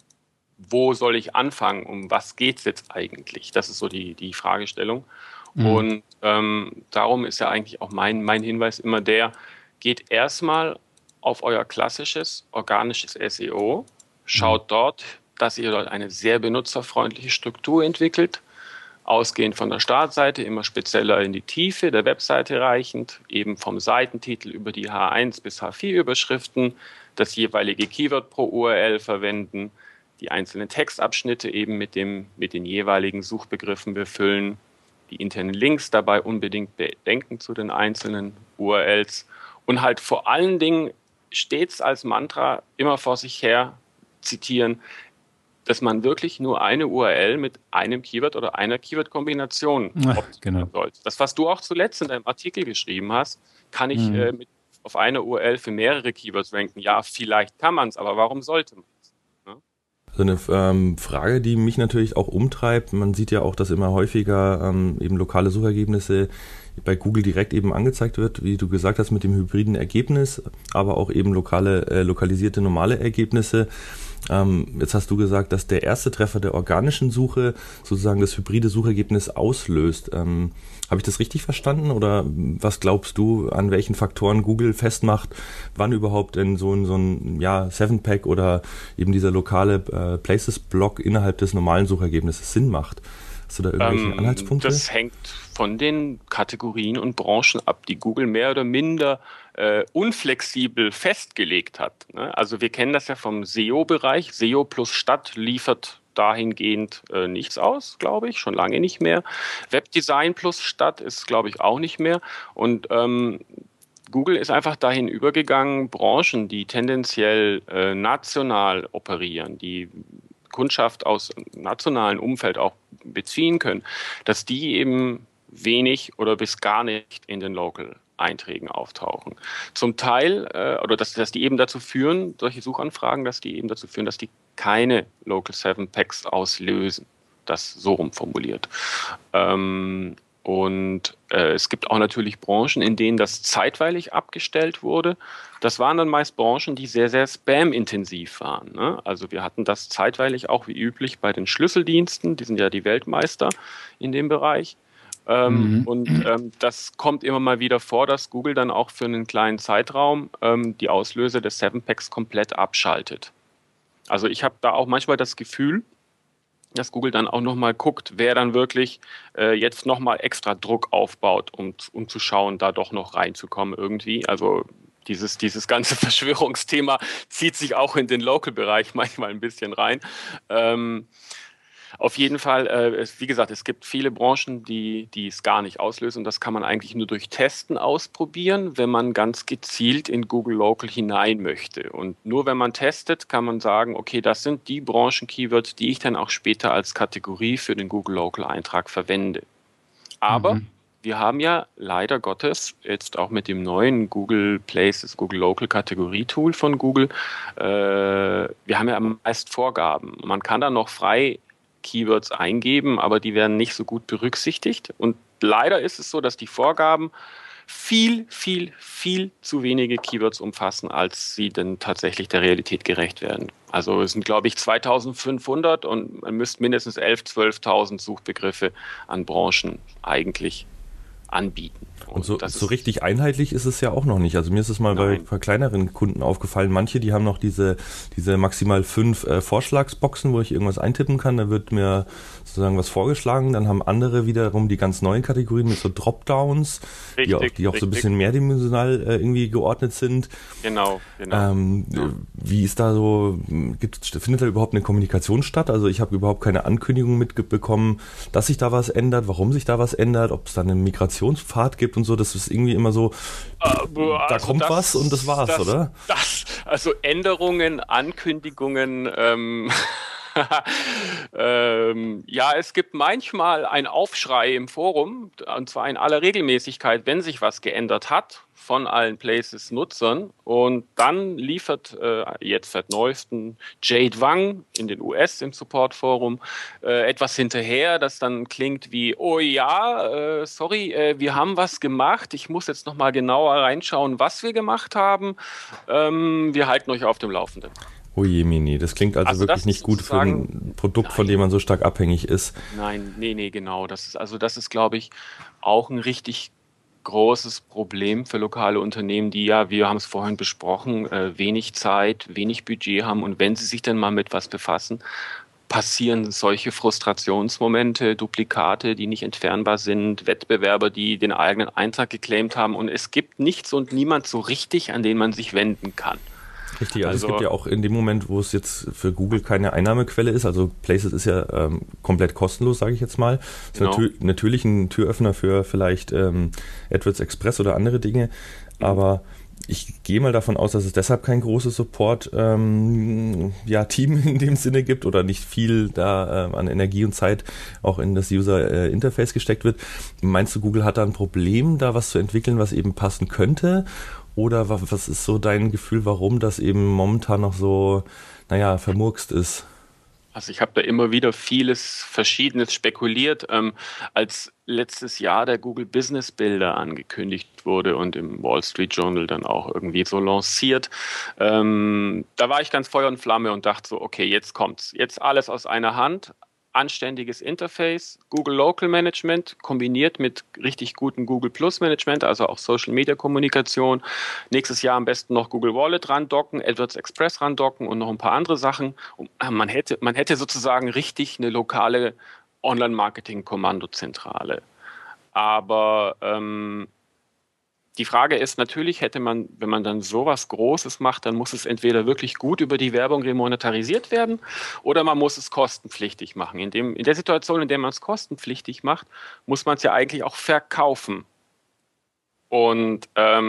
[SPEAKER 4] Wo soll ich anfangen? Um was geht es jetzt eigentlich? Das ist so die Fragestellung. Und darum ist ja eigentlich auch mein Hinweis immer der, geht erstmal auf euer klassisches organisches SEO, schaut dort, dass ihr dort eine sehr benutzerfreundliche Struktur entwickelt, ausgehend von der Startseite, immer spezieller in die Tiefe der Webseite reichend, eben vom Seitentitel über die H1 bis H4-Überschriften, das jeweilige Keyword pro URL verwenden, die einzelnen Textabschnitte eben mit den jeweiligen Suchbegriffen befüllen, die internen Links dabei unbedingt bedenken zu den einzelnen URLs und halt vor allen Dingen stets als Mantra immer vor sich her zitieren, dass man wirklich nur eine URL mit einem Keyword oder einer Keyword-Kombination optimieren sollte. Das, was du auch zuletzt in deinem Artikel geschrieben hast, kann ich auf einer URL für mehrere Keywords ranken. Ja, vielleicht kann man es, aber warum sollte man?
[SPEAKER 2] So eine Frage, die mich natürlich auch umtreibt, man sieht ja auch, dass immer häufiger eben lokale Suchergebnisse bei Google direkt eben angezeigt wird, wie du gesagt hast, mit dem hybriden Ergebnis, aber auch eben lokalisierte normale Ergebnisse. Jetzt hast du gesagt, dass der erste Treffer der organischen Suche sozusagen das hybride Suchergebnis auslöst. Habe ich das richtig verstanden oder was glaubst du, an welchen Faktoren Google festmacht, wann überhaupt in so ein 7-Pack oder eben dieser lokale Places-Block innerhalb des normalen Suchergebnisses Sinn macht? Hast du da irgendwelche Anhaltspunkte?
[SPEAKER 4] Das hängt von den Kategorien und Branchen ab, die Google mehr oder minder unflexibel festgelegt hat. Ne? Also wir kennen das ja vom SEO-Bereich. SEO plus Stadt liefert dahingehend nichts aus, glaube ich, schon lange nicht mehr. Webdesign plus Stadt ist, glaube ich, auch nicht mehr. Und Google ist einfach dahin übergegangen, Branchen, die tendenziell national operieren, die Kundschaft aus nationalen Umfeld auch beziehen können, dass die eben wenig oder bis gar nicht in den Local Einträgen auftauchen. Zum Teil, oder dass die eben dazu führen, solche Suchanfragen, dass die eben dazu führen, dass die keine Local 7 Packs auslösen. Das so rum formuliert. Es gibt auch natürlich Branchen, in denen das zeitweilig abgestellt wurde. Das waren dann meist Branchen, die sehr, sehr spam-intensiv waren. Ne? Also wir hatten das zeitweilig auch wie üblich bei den Schlüsseldiensten. Die sind ja die Weltmeister in dem Bereich. Das kommt immer mal wieder vor, dass Google dann auch für einen kleinen Zeitraum die Auslöser des 7-Packs komplett abschaltet. Also ich habe da auch manchmal das Gefühl, dass Google dann auch nochmal guckt, wer dann wirklich jetzt nochmal extra Druck aufbaut, um zu schauen, da doch noch reinzukommen irgendwie. Also dieses ganze Verschwörungsthema zieht sich auch in den Local-Bereich manchmal ein bisschen rein. Auf jeden Fall, wie gesagt, es gibt viele Branchen, die es gar nicht auslösen. Und das kann man eigentlich nur durch Testen ausprobieren, wenn man ganz gezielt in Google Local hinein möchte. Und nur wenn man testet, kann man sagen, okay, das sind die Branchen-Keywords, die ich dann auch später als Kategorie für den Google Local-Eintrag verwende. Aber wir haben ja leider Gottes jetzt auch mit dem neuen Google Places, Google Local Kategorie-Tool von Google, wir haben ja meist Vorgaben. Man kann da noch frei Keywords eingeben, aber die werden nicht so gut berücksichtigt. Und leider ist es so, dass die Vorgaben viel zu wenige Keywords umfassen, als sie denn tatsächlich der Realität gerecht werden. Also es sind, glaube ich, 2500 und man müsste mindestens 11.000, 12.000 Suchbegriffe an Branchen eigentlich anbieten.
[SPEAKER 2] Und so richtig einheitlich ist es ja auch noch nicht. Also mir ist es mal bei kleineren Kunden aufgefallen. Manche, die haben noch diese maximal 5 Vorschlagsboxen, wo ich irgendwas eintippen kann. Da wird mir sozusagen was vorgeschlagen. Dann haben andere wiederum die ganz neuen Kategorien mit so Dropdowns, die auch so ein bisschen mehrdimensional irgendwie geordnet sind.
[SPEAKER 4] Genau.
[SPEAKER 2] Wie ist da so, findet da überhaupt eine Kommunikation statt? Also ich habe überhaupt keine Ankündigung mitbekommen, dass sich da was ändert, warum sich da was ändert, ob es da einen Migrationspfad gibt und so. Das ist irgendwie immer so, da kommt was und das war's, oder?
[SPEAKER 4] Also Änderungen, Ankündigungen, ja, es gibt manchmal einen Aufschrei im Forum, und zwar in aller Regelmäßigkeit, wenn sich was geändert hat von allen Places-Nutzern. Und dann liefert jetzt seit neuestem Jade Wang in den US im Support-Forum etwas hinterher, das dann klingt wie, oh ja, sorry, wir haben was gemacht. Ich muss jetzt nochmal genauer reinschauen, was wir gemacht haben. Wir halten euch auf dem Laufenden.
[SPEAKER 2] Oh je, Mini, das klingt also wirklich nicht gut für ein Produkt, von dem man so stark abhängig ist.
[SPEAKER 4] Nee, genau. Das ist, glaube ich, auch ein richtig großes Problem für lokale Unternehmen, die ja, wir haben es vorhin besprochen, wenig Zeit, wenig Budget haben, und wenn sie sich dann mal mit was befassen, passieren solche Frustrationsmomente, Duplikate, die nicht entfernbar sind, Wettbewerber, die den eigenen Eintrag geclaimt haben, und es gibt nichts und niemand so richtig, an den man sich wenden kann.
[SPEAKER 2] Richtig, also es gibt ja auch in dem Moment, wo es jetzt für Google keine Einnahmequelle ist, also Places ist ja komplett kostenlos, sage ich jetzt mal. Genau. Ist natürlich ein Türöffner für vielleicht AdWords Express oder andere Dinge, aber ich gehe mal davon aus, dass es deshalb kein großes Support-Team in dem Sinne gibt oder nicht viel da an Energie und Zeit auch in das User-Interface gesteckt wird. Meinst du, Google hat da ein Problem, da was zu entwickeln, was eben passen könnte? Oder was ist so dein Gefühl, warum das eben momentan noch so, vermurkst ist?
[SPEAKER 4] Also ich habe da immer wieder Verschiedenes spekuliert. Als letztes Jahr der Google Business Builder angekündigt wurde und im Wall Street Journal dann auch irgendwie so lanciert, da war ich ganz Feuer und Flamme und dachte so, okay, jetzt kommt's. Jetzt alles aus einer Hand. Anständiges Interface, Google Local Management kombiniert mit richtig gutem Google Plus Management, also auch Social Media Kommunikation. Nächstes Jahr am besten noch Google Wallet randocken, AdWords Express randocken und noch ein paar andere Sachen. Man hätte sozusagen richtig eine lokale Online-Marketing-Kommandozentrale. Aber die Frage ist natürlich, wenn man dann sowas Großes macht, dann muss es entweder wirklich gut über die Werbung remonetarisiert werden oder man muss es kostenpflichtig machen. In der Situation, in der man es kostenpflichtig macht, muss man es ja eigentlich auch verkaufen. Und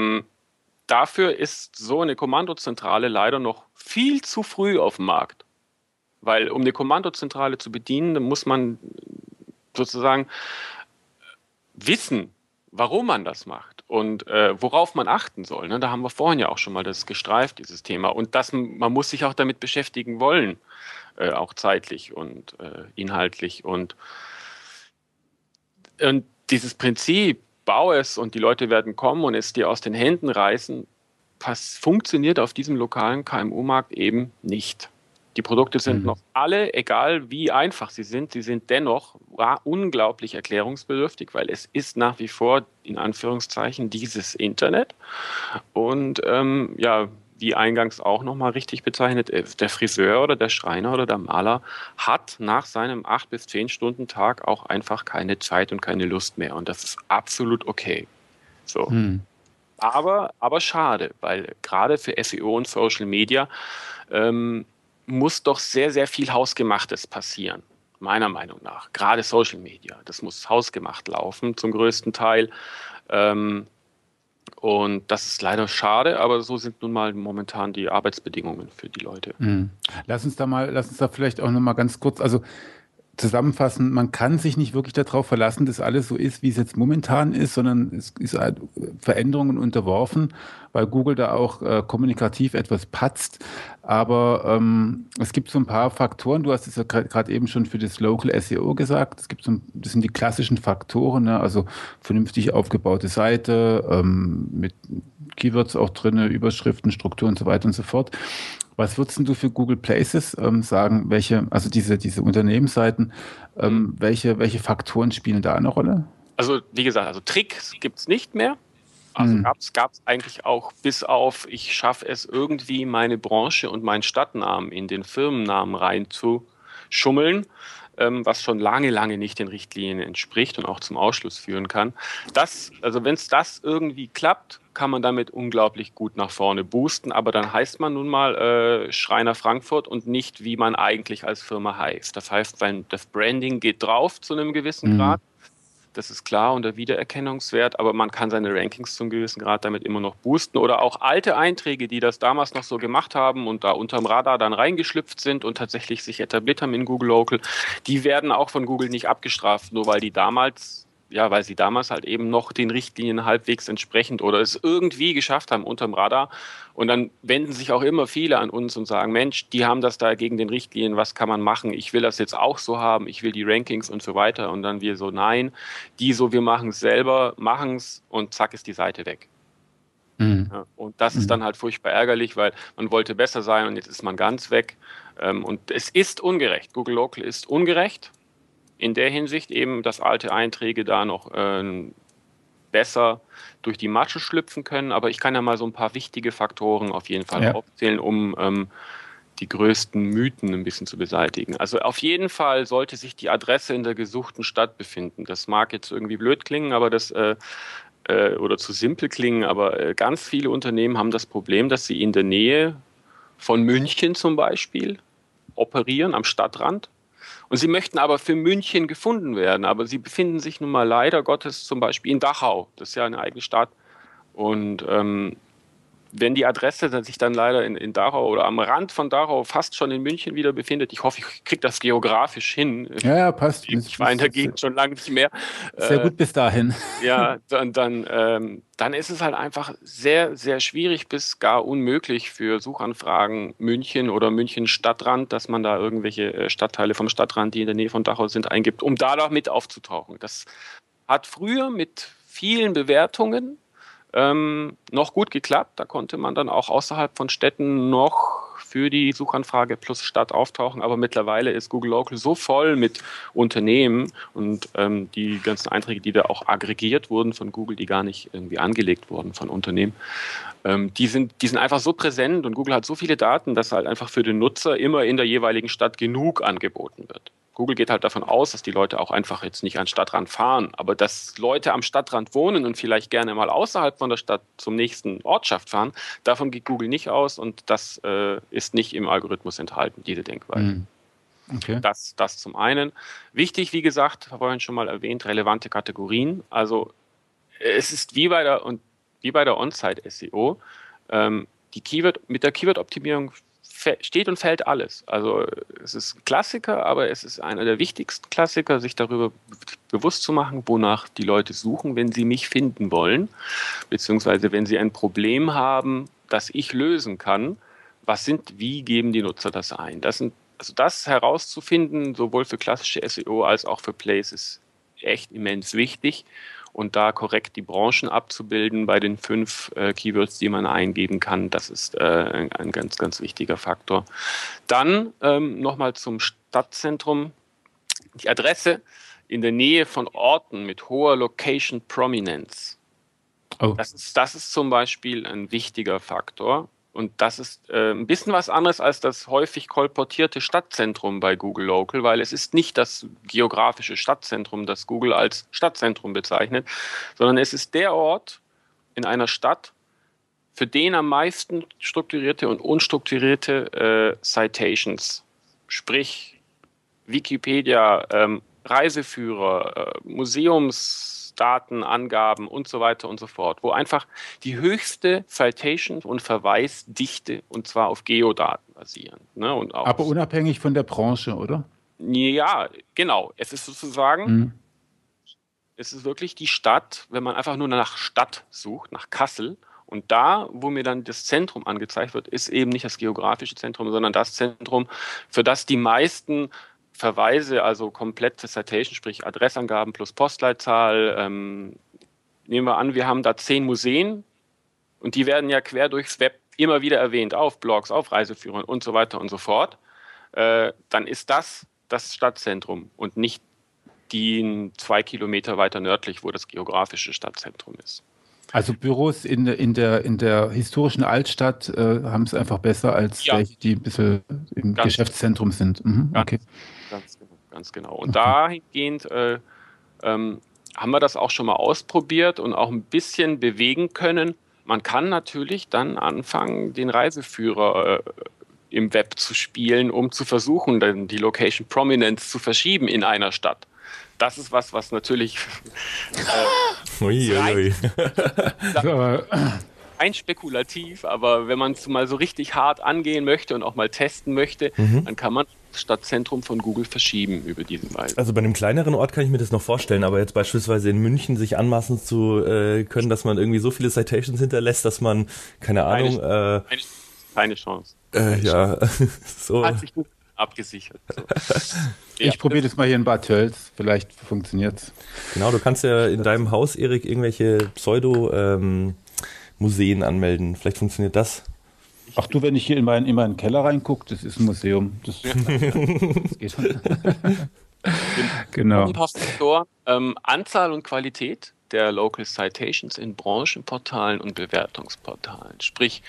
[SPEAKER 4] dafür ist so eine Kommandozentrale leider noch viel zu früh auf dem Markt. Weil um eine Kommandozentrale zu bedienen, muss man sozusagen wissen, warum man das macht. und worauf man achten soll. Ne? Da haben wir vorhin ja auch schon mal das gestreift, dieses Thema. Und man muss sich auch damit beschäftigen wollen, auch zeitlich und inhaltlich. Und dieses Prinzip, bau es und die Leute werden kommen und es dir aus den Händen reißen, funktioniert auf diesem lokalen KMU-Markt eben nicht. Die Produkte sind noch alle, egal wie einfach sie sind dennoch unglaublich erklärungsbedürftig, weil es ist nach wie vor, in Anführungszeichen, dieses Internet. Und wie eingangs auch nochmal richtig bezeichnet, der Friseur oder der Schreiner oder der Maler hat nach seinem 8- bis 10-Stunden-Tag auch einfach keine Zeit und keine Lust mehr. Und das ist absolut okay. So. Aber schade, weil gerade für SEO und Social Media muss doch sehr, sehr viel Hausgemachtes passieren, meiner Meinung nach. Gerade Social Media, das muss hausgemacht laufen zum größten Teil. Und das ist leider schade, aber so sind nun mal momentan die Arbeitsbedingungen für die Leute.
[SPEAKER 3] Lass uns da vielleicht auch noch mal ganz kurz, also zusammenfassen, man kann sich nicht wirklich darauf verlassen, dass alles so ist, wie es jetzt momentan ist, sondern es ist halt Veränderungen unterworfen, weil Google da auch kommunikativ etwas patzt. Aber es gibt so ein paar Faktoren, du hast es ja gerade eben schon für das Local SEO gesagt, das sind die klassischen Faktoren, ne? Also vernünftig aufgebaute Seite, mit Keywords auch drin, Überschriften, Struktur und so weiter und so fort. Was würdest du für Google Places sagen, also diese Unternehmensseiten, welche Faktoren spielen da eine Rolle?
[SPEAKER 4] Also wie gesagt, Tricks gibt es nicht mehr. Also gab es eigentlich auch bis auf, ich schaffe es irgendwie, meine Branche und meinen Stadtnamen in den Firmennamen reinzuschummeln, was schon lange, lange nicht den Richtlinien entspricht und auch zum Ausschluss führen kann. Wenn es das irgendwie klappt, kann man damit unglaublich gut nach vorne boosten, aber dann heißt man nun mal Schreiner Frankfurt und nicht, wie man eigentlich als Firma heißt. Das heißt, das Branding geht drauf zu einem gewissen Grad. Das ist klar und der Wiedererkennungswert, aber man kann seine Rankings zum gewissen Grad damit immer noch boosten. Oder auch alte Einträge, die das damals noch so gemacht haben und da unterm Radar dann reingeschlüpft sind und tatsächlich sich etabliert haben in Google Local, die werden auch von Google nicht abgestraft, nur weil sie damals halt eben noch den Richtlinien halbwegs entsprechend oder es irgendwie geschafft haben unterm Radar. Und dann wenden sich auch immer viele an uns und sagen, Mensch, die haben das da gegen den Richtlinien, was kann man machen? Ich will das jetzt auch so haben, ich will die Rankings und so weiter. Und dann wir so, nein, wir machen es selber, machen es und zack ist die Seite weg. Ja, und das ist dann halt furchtbar ärgerlich, weil man wollte besser sein und jetzt ist man ganz weg. Und es ist ungerecht. Google Local ist ungerecht. In der Hinsicht eben, dass alte Einträge da noch besser durch die Matsche schlüpfen können. Aber ich kann ja mal so ein paar wichtige Faktoren auf jeden Fall aufzählen, um die größten Mythen ein bisschen zu beseitigen. Also auf jeden Fall sollte sich die Adresse in der gesuchten Stadt befinden. Das mag jetzt irgendwie blöd klingen, aber oder zu simpel klingen, aber ganz viele Unternehmen haben das Problem, dass sie in der Nähe von München zum Beispiel operieren, am Stadtrand. Und sie möchten aber für München gefunden werden. Aber sie befinden sich nun mal leider Gottes zum Beispiel in Dachau. Das ist ja eine eigene Stadt. Und wenn die Adresse sich dann leider in Dachau oder am Rand von Dachau fast schon in München wieder befindet, ich hoffe, ich kriege das geografisch hin.
[SPEAKER 3] Ja, passt.
[SPEAKER 4] Ich war in der Gegend schon lange nicht mehr.
[SPEAKER 3] Sehr gut bis dahin.
[SPEAKER 4] Ja, dann ist es halt einfach sehr, sehr schwierig bis gar unmöglich für Suchanfragen München oder München Stadtrand, dass man da irgendwelche Stadtteile vom Stadtrand, die in der Nähe von Dachau sind, eingibt, um da mit aufzutauchen. Das hat früher mit vielen Bewertungen noch gut geklappt. Da konnte man dann auch außerhalb von Städten noch für die Suchanfrage plus Stadt auftauchen. Aber mittlerweile ist Google Local so voll mit Unternehmen und die ganzen Einträge, die da auch aggregiert wurden von Google, die gar nicht irgendwie angelegt wurden von Unternehmen, die sind einfach so präsent und Google hat so viele Daten, dass halt einfach für den Nutzer immer in der jeweiligen Stadt genug angeboten wird. Google geht halt davon aus, dass die Leute auch einfach jetzt nicht an den Stadtrand fahren, aber dass Leute am Stadtrand wohnen und vielleicht gerne mal außerhalb von der Stadt zum nächsten Ortschaft fahren, davon geht Google nicht aus und das ist nicht im Algorithmus enthalten, diese Denkweise. Okay. Das zum einen. Wichtig, wie gesagt, vorhin schon mal erwähnt, relevante Kategorien. Also es ist wie bei der On-Site-SEO, mit der Keyword-Optimierung steht und fällt alles. Also es ist ein Klassiker, aber es ist einer der wichtigsten Klassiker, sich darüber bewusst zu machen, wonach die Leute suchen, wenn sie mich finden wollen, beziehungsweise wenn sie ein Problem haben, das ich lösen kann. Wie geben die Nutzer das ein? Das herauszufinden, sowohl für klassische SEO als auch für Plays, ist echt immens wichtig. Und da korrekt die Branchen abzubilden bei den 5 Keywords, die man eingeben kann, das ist ein ganz, ganz wichtiger Faktor. Dann nochmal zum Stadtzentrum. Die Adresse in der Nähe von Orten mit hoher Location Prominence. Oh. Das ist zum Beispiel ein wichtiger Faktor. Und das ist ein bisschen was anderes als das häufig kolportierte Stadtzentrum bei Google Local, weil es ist nicht das geografische Stadtzentrum, das Google als Stadtzentrum bezeichnet, sondern es ist der Ort in einer Stadt, für den am meisten strukturierte und unstrukturierte Citations, sprich Wikipedia, Reiseführer, Museumsdaten, Angaben und so weiter und so fort, wo einfach die höchste Citation- und Verweisdichte, und zwar auf Geodaten basieren. Ne? Und auch
[SPEAKER 3] aber unabhängig von der Branche, oder?
[SPEAKER 4] Ja, genau. Es ist sozusagen, es ist wirklich die Stadt, wenn man einfach nur nach Stadt sucht, nach Kassel, und da, wo mir dann das Zentrum angezeigt wird, ist eben nicht das geografische Zentrum, sondern das Zentrum, für das die meisten Verweise, also komplette Citation, sprich Adressangaben plus Postleitzahl. Nehmen wir an, wir haben da 10 Museen und die werden ja quer durchs Web immer wieder erwähnt, auf Blogs, auf Reiseführern und so weiter und so fort. Dann ist das Stadtzentrum und nicht die 2 Kilometer weiter nördlich, wo das geografische Stadtzentrum ist.
[SPEAKER 3] Also Büros in der historischen Altstadt haben es einfach besser als welche, die ein bisschen im Geschäftszentrum sind. Okay.
[SPEAKER 4] Ganz genau. Und dahingehend haben wir das auch schon mal ausprobiert und auch ein bisschen bewegen können. Man kann natürlich dann anfangen, den Reiseführer im Web zu spielen, um zu versuchen, dann die Location Prominence zu verschieben in einer Stadt. Das ist was natürlich rein spekulativ, aber wenn man es mal so richtig hart angehen möchte und auch mal testen möchte, dann kann man das Stadtzentrum von Google verschieben über diesen Weise.
[SPEAKER 2] Also bei einem kleineren Ort kann ich mir das noch vorstellen, aber jetzt beispielsweise in München sich anmaßen zu können, dass man irgendwie so viele Citations hinterlässt, dass man, keine Ahnung...
[SPEAKER 4] Keine Chance.
[SPEAKER 2] So...
[SPEAKER 4] Hat sich Google abgesichert. So.
[SPEAKER 3] Ich probiere das mal hier in Bad Tölz, vielleicht funktioniert's.
[SPEAKER 2] Genau, du kannst ja in deinem Haus, Erik, irgendwelche Pseudo-Museen anmelden. Vielleicht funktioniert das.
[SPEAKER 3] Ach du, wenn ich hier in meinen Keller reingucke, das ist ein Museum. Das geht schon. Genau.
[SPEAKER 4] Anzahl und Qualität der Local Citations in Branchenportalen und Bewertungsportalen. Sprich,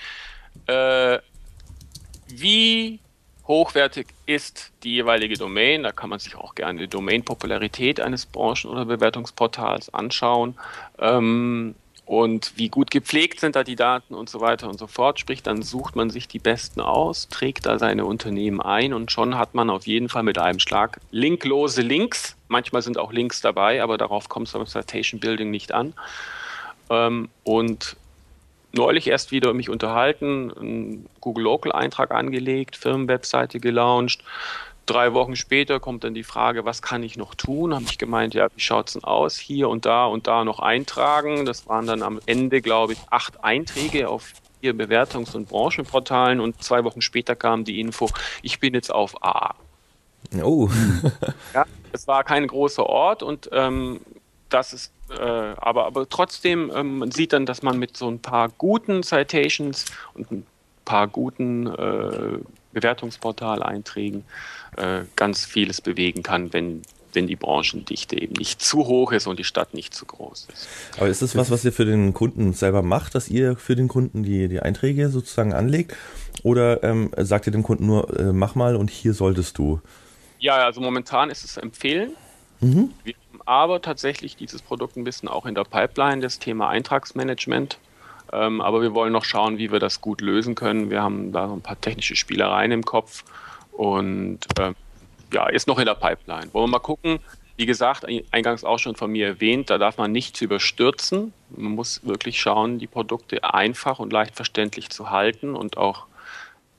[SPEAKER 4] wie hochwertig ist die jeweilige Domain? Da kann man sich auch gerne die Domain-Popularität eines Branchen- oder Bewertungsportals anschauen. Und wie gut gepflegt sind da die Daten und so weiter und so fort. Sprich, dann sucht man sich die Besten aus, trägt da seine Unternehmen ein und schon hat man auf jeden Fall mit einem Schlag linklose Links. Manchmal sind auch Links dabei, aber darauf kommt es beim Citation Building nicht an. Und neulich erst wieder mich unterhalten, einen Google Local Eintrag angelegt, Firmenwebseite gelauncht. 3 Wochen später kommt dann die Frage, was kann ich noch tun? Habe ich gemeint, ja, wie schaut es denn aus? Hier und da noch eintragen. Das waren dann am Ende, glaube ich, 8 Einträge auf 4 Bewertungs- und Branchenportalen und 2 Wochen später kam die Info, ich bin jetzt auf A.
[SPEAKER 2] Oh.
[SPEAKER 4] Ja, es war kein großer Ort und das ist aber trotzdem, man sieht dann, dass man mit so ein paar guten Citations und ein paar guten Bewertungsportaleinträgen ganz vieles bewegen kann, wenn die Branchendichte eben nicht zu hoch ist und die Stadt nicht zu groß ist.
[SPEAKER 2] Aber ist das was ihr für den Kunden selber macht, dass ihr für den Kunden die Einträge sozusagen anlegt? Oder sagt ihr dem Kunden nur, mach mal und hier solltest du?
[SPEAKER 4] Ja, also momentan ist es empfehlen. Wir haben aber tatsächlich dieses Produkt ein bisschen auch in der Pipeline, das Thema Eintragsmanagement. Aber wir wollen noch schauen, wie wir das gut lösen können. Wir haben da so ein paar technische Spielereien im Kopf und ist noch in der Pipeline. Wollen wir mal gucken. Wie gesagt, eingangs auch schon von mir erwähnt, da darf man nichts überstürzen. Man muss wirklich schauen, die Produkte einfach und leicht verständlich zu halten und auch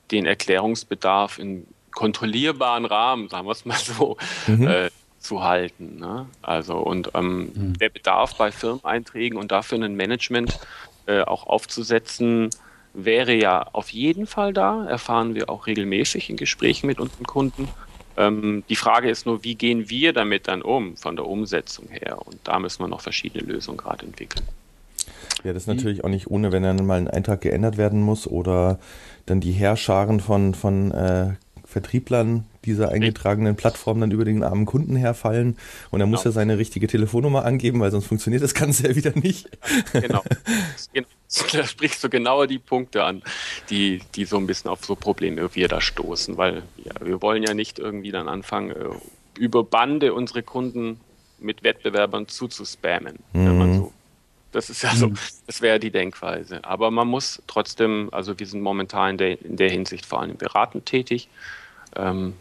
[SPEAKER 4] den Erklärungsbedarf in kontrollierbaren Rahmen, sagen wir es mal so, zu halten. Ne? Also und der Bedarf bei Firmeneinträgen und dafür ein Management auch aufzusetzen, wäre ja auf jeden Fall da, erfahren wir auch regelmäßig in Gesprächen mit unseren Kunden. Die Frage ist nur, wie gehen wir damit dann um, von der Umsetzung her? Und da müssen wir noch verschiedene Lösungen gerade entwickeln.
[SPEAKER 2] Ja, das ist natürlich auch nicht ohne, wenn dann mal ein Eintrag geändert werden muss oder dann die Heerscharen von Vertrieblern dieser eingetragenen Plattform dann über den armen Kunden herfallen und er muss ja seine richtige Telefonnummer angeben, weil sonst funktioniert das Ganze ja wieder nicht.
[SPEAKER 4] Genau. Da sprichst du genau die Punkte an, die so ein bisschen auf so Probleme wir da stoßen, weil wir wollen ja nicht irgendwie dann anfangen, über Bande unsere Kunden mit Wettbewerbern zuzuspammen, wenn man so. Das ist ja so, das wäre die Denkweise. Aber man muss trotzdem, also wir sind momentan in der Hinsicht vor allem beratend tätig. Und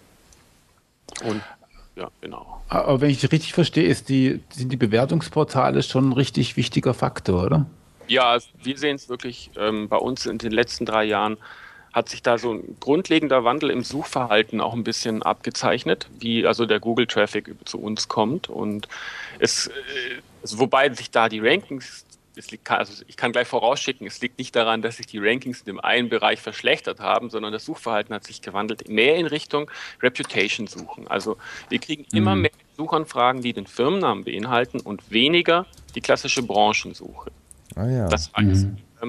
[SPEAKER 4] ja, genau.
[SPEAKER 3] Aber wenn ich das richtig verstehe, sind die Bewertungsportale schon ein richtig wichtiger Faktor, oder?
[SPEAKER 4] Ja, also wir sehen es wirklich bei uns in den letzten 3 Jahren hat sich da so ein grundlegender Wandel im Suchverhalten auch ein bisschen abgezeichnet, wie also der Google-Traffic zu uns kommt. Und wobei sich da die Rankings, also ich kann gleich vorausschicken, es liegt nicht daran, dass sich die Rankings in dem einen Bereich verschlechtert haben, sondern das Suchverhalten hat sich gewandelt, mehr in Richtung Reputation-Suchen. Also wir kriegen immer mehr Suchanfragen, die den Firmennamen beinhalten und weniger die klassische Branchensuche.
[SPEAKER 2] Ah ja.
[SPEAKER 4] Das heißt,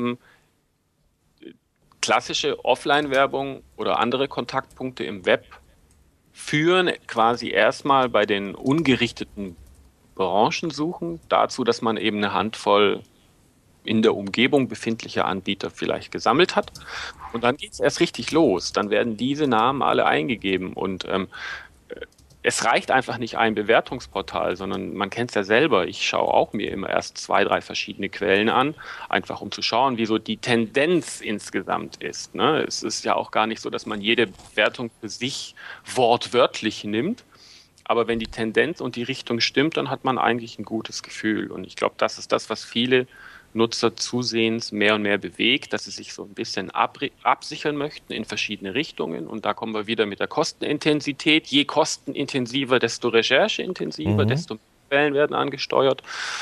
[SPEAKER 4] klassische Offline-Werbung oder andere Kontaktpunkte im Web führen quasi erstmal bei den ungerichteten Branchensuchen dazu, dass man eben eine Handvoll in der Umgebung befindlicher Anbieter vielleicht gesammelt hat. Und dann geht es erst richtig los. Dann werden diese Namen alle eingegeben. Und es reicht einfach nicht ein Bewertungsportal, sondern man kennt es ja selber. Ich schaue auch mir immer erst 2, 3 verschiedene Quellen an, einfach um zu schauen, wie so die Tendenz insgesamt ist. Ne? Es ist ja auch gar nicht so, dass man jede Bewertung für sich wortwörtlich nimmt. Aber wenn die Tendenz und die Richtung stimmt, dann hat man eigentlich ein gutes Gefühl. Und ich glaube, das ist das, was viele Nutzer zusehends mehr und mehr bewegt, dass sie sich so ein bisschen absichern möchten in verschiedene Richtungen. Und da kommen wir wieder mit der Kostenintensität. Je kostenintensiver, desto rechercheintensiver, desto mehr Quellen werden angesteuert.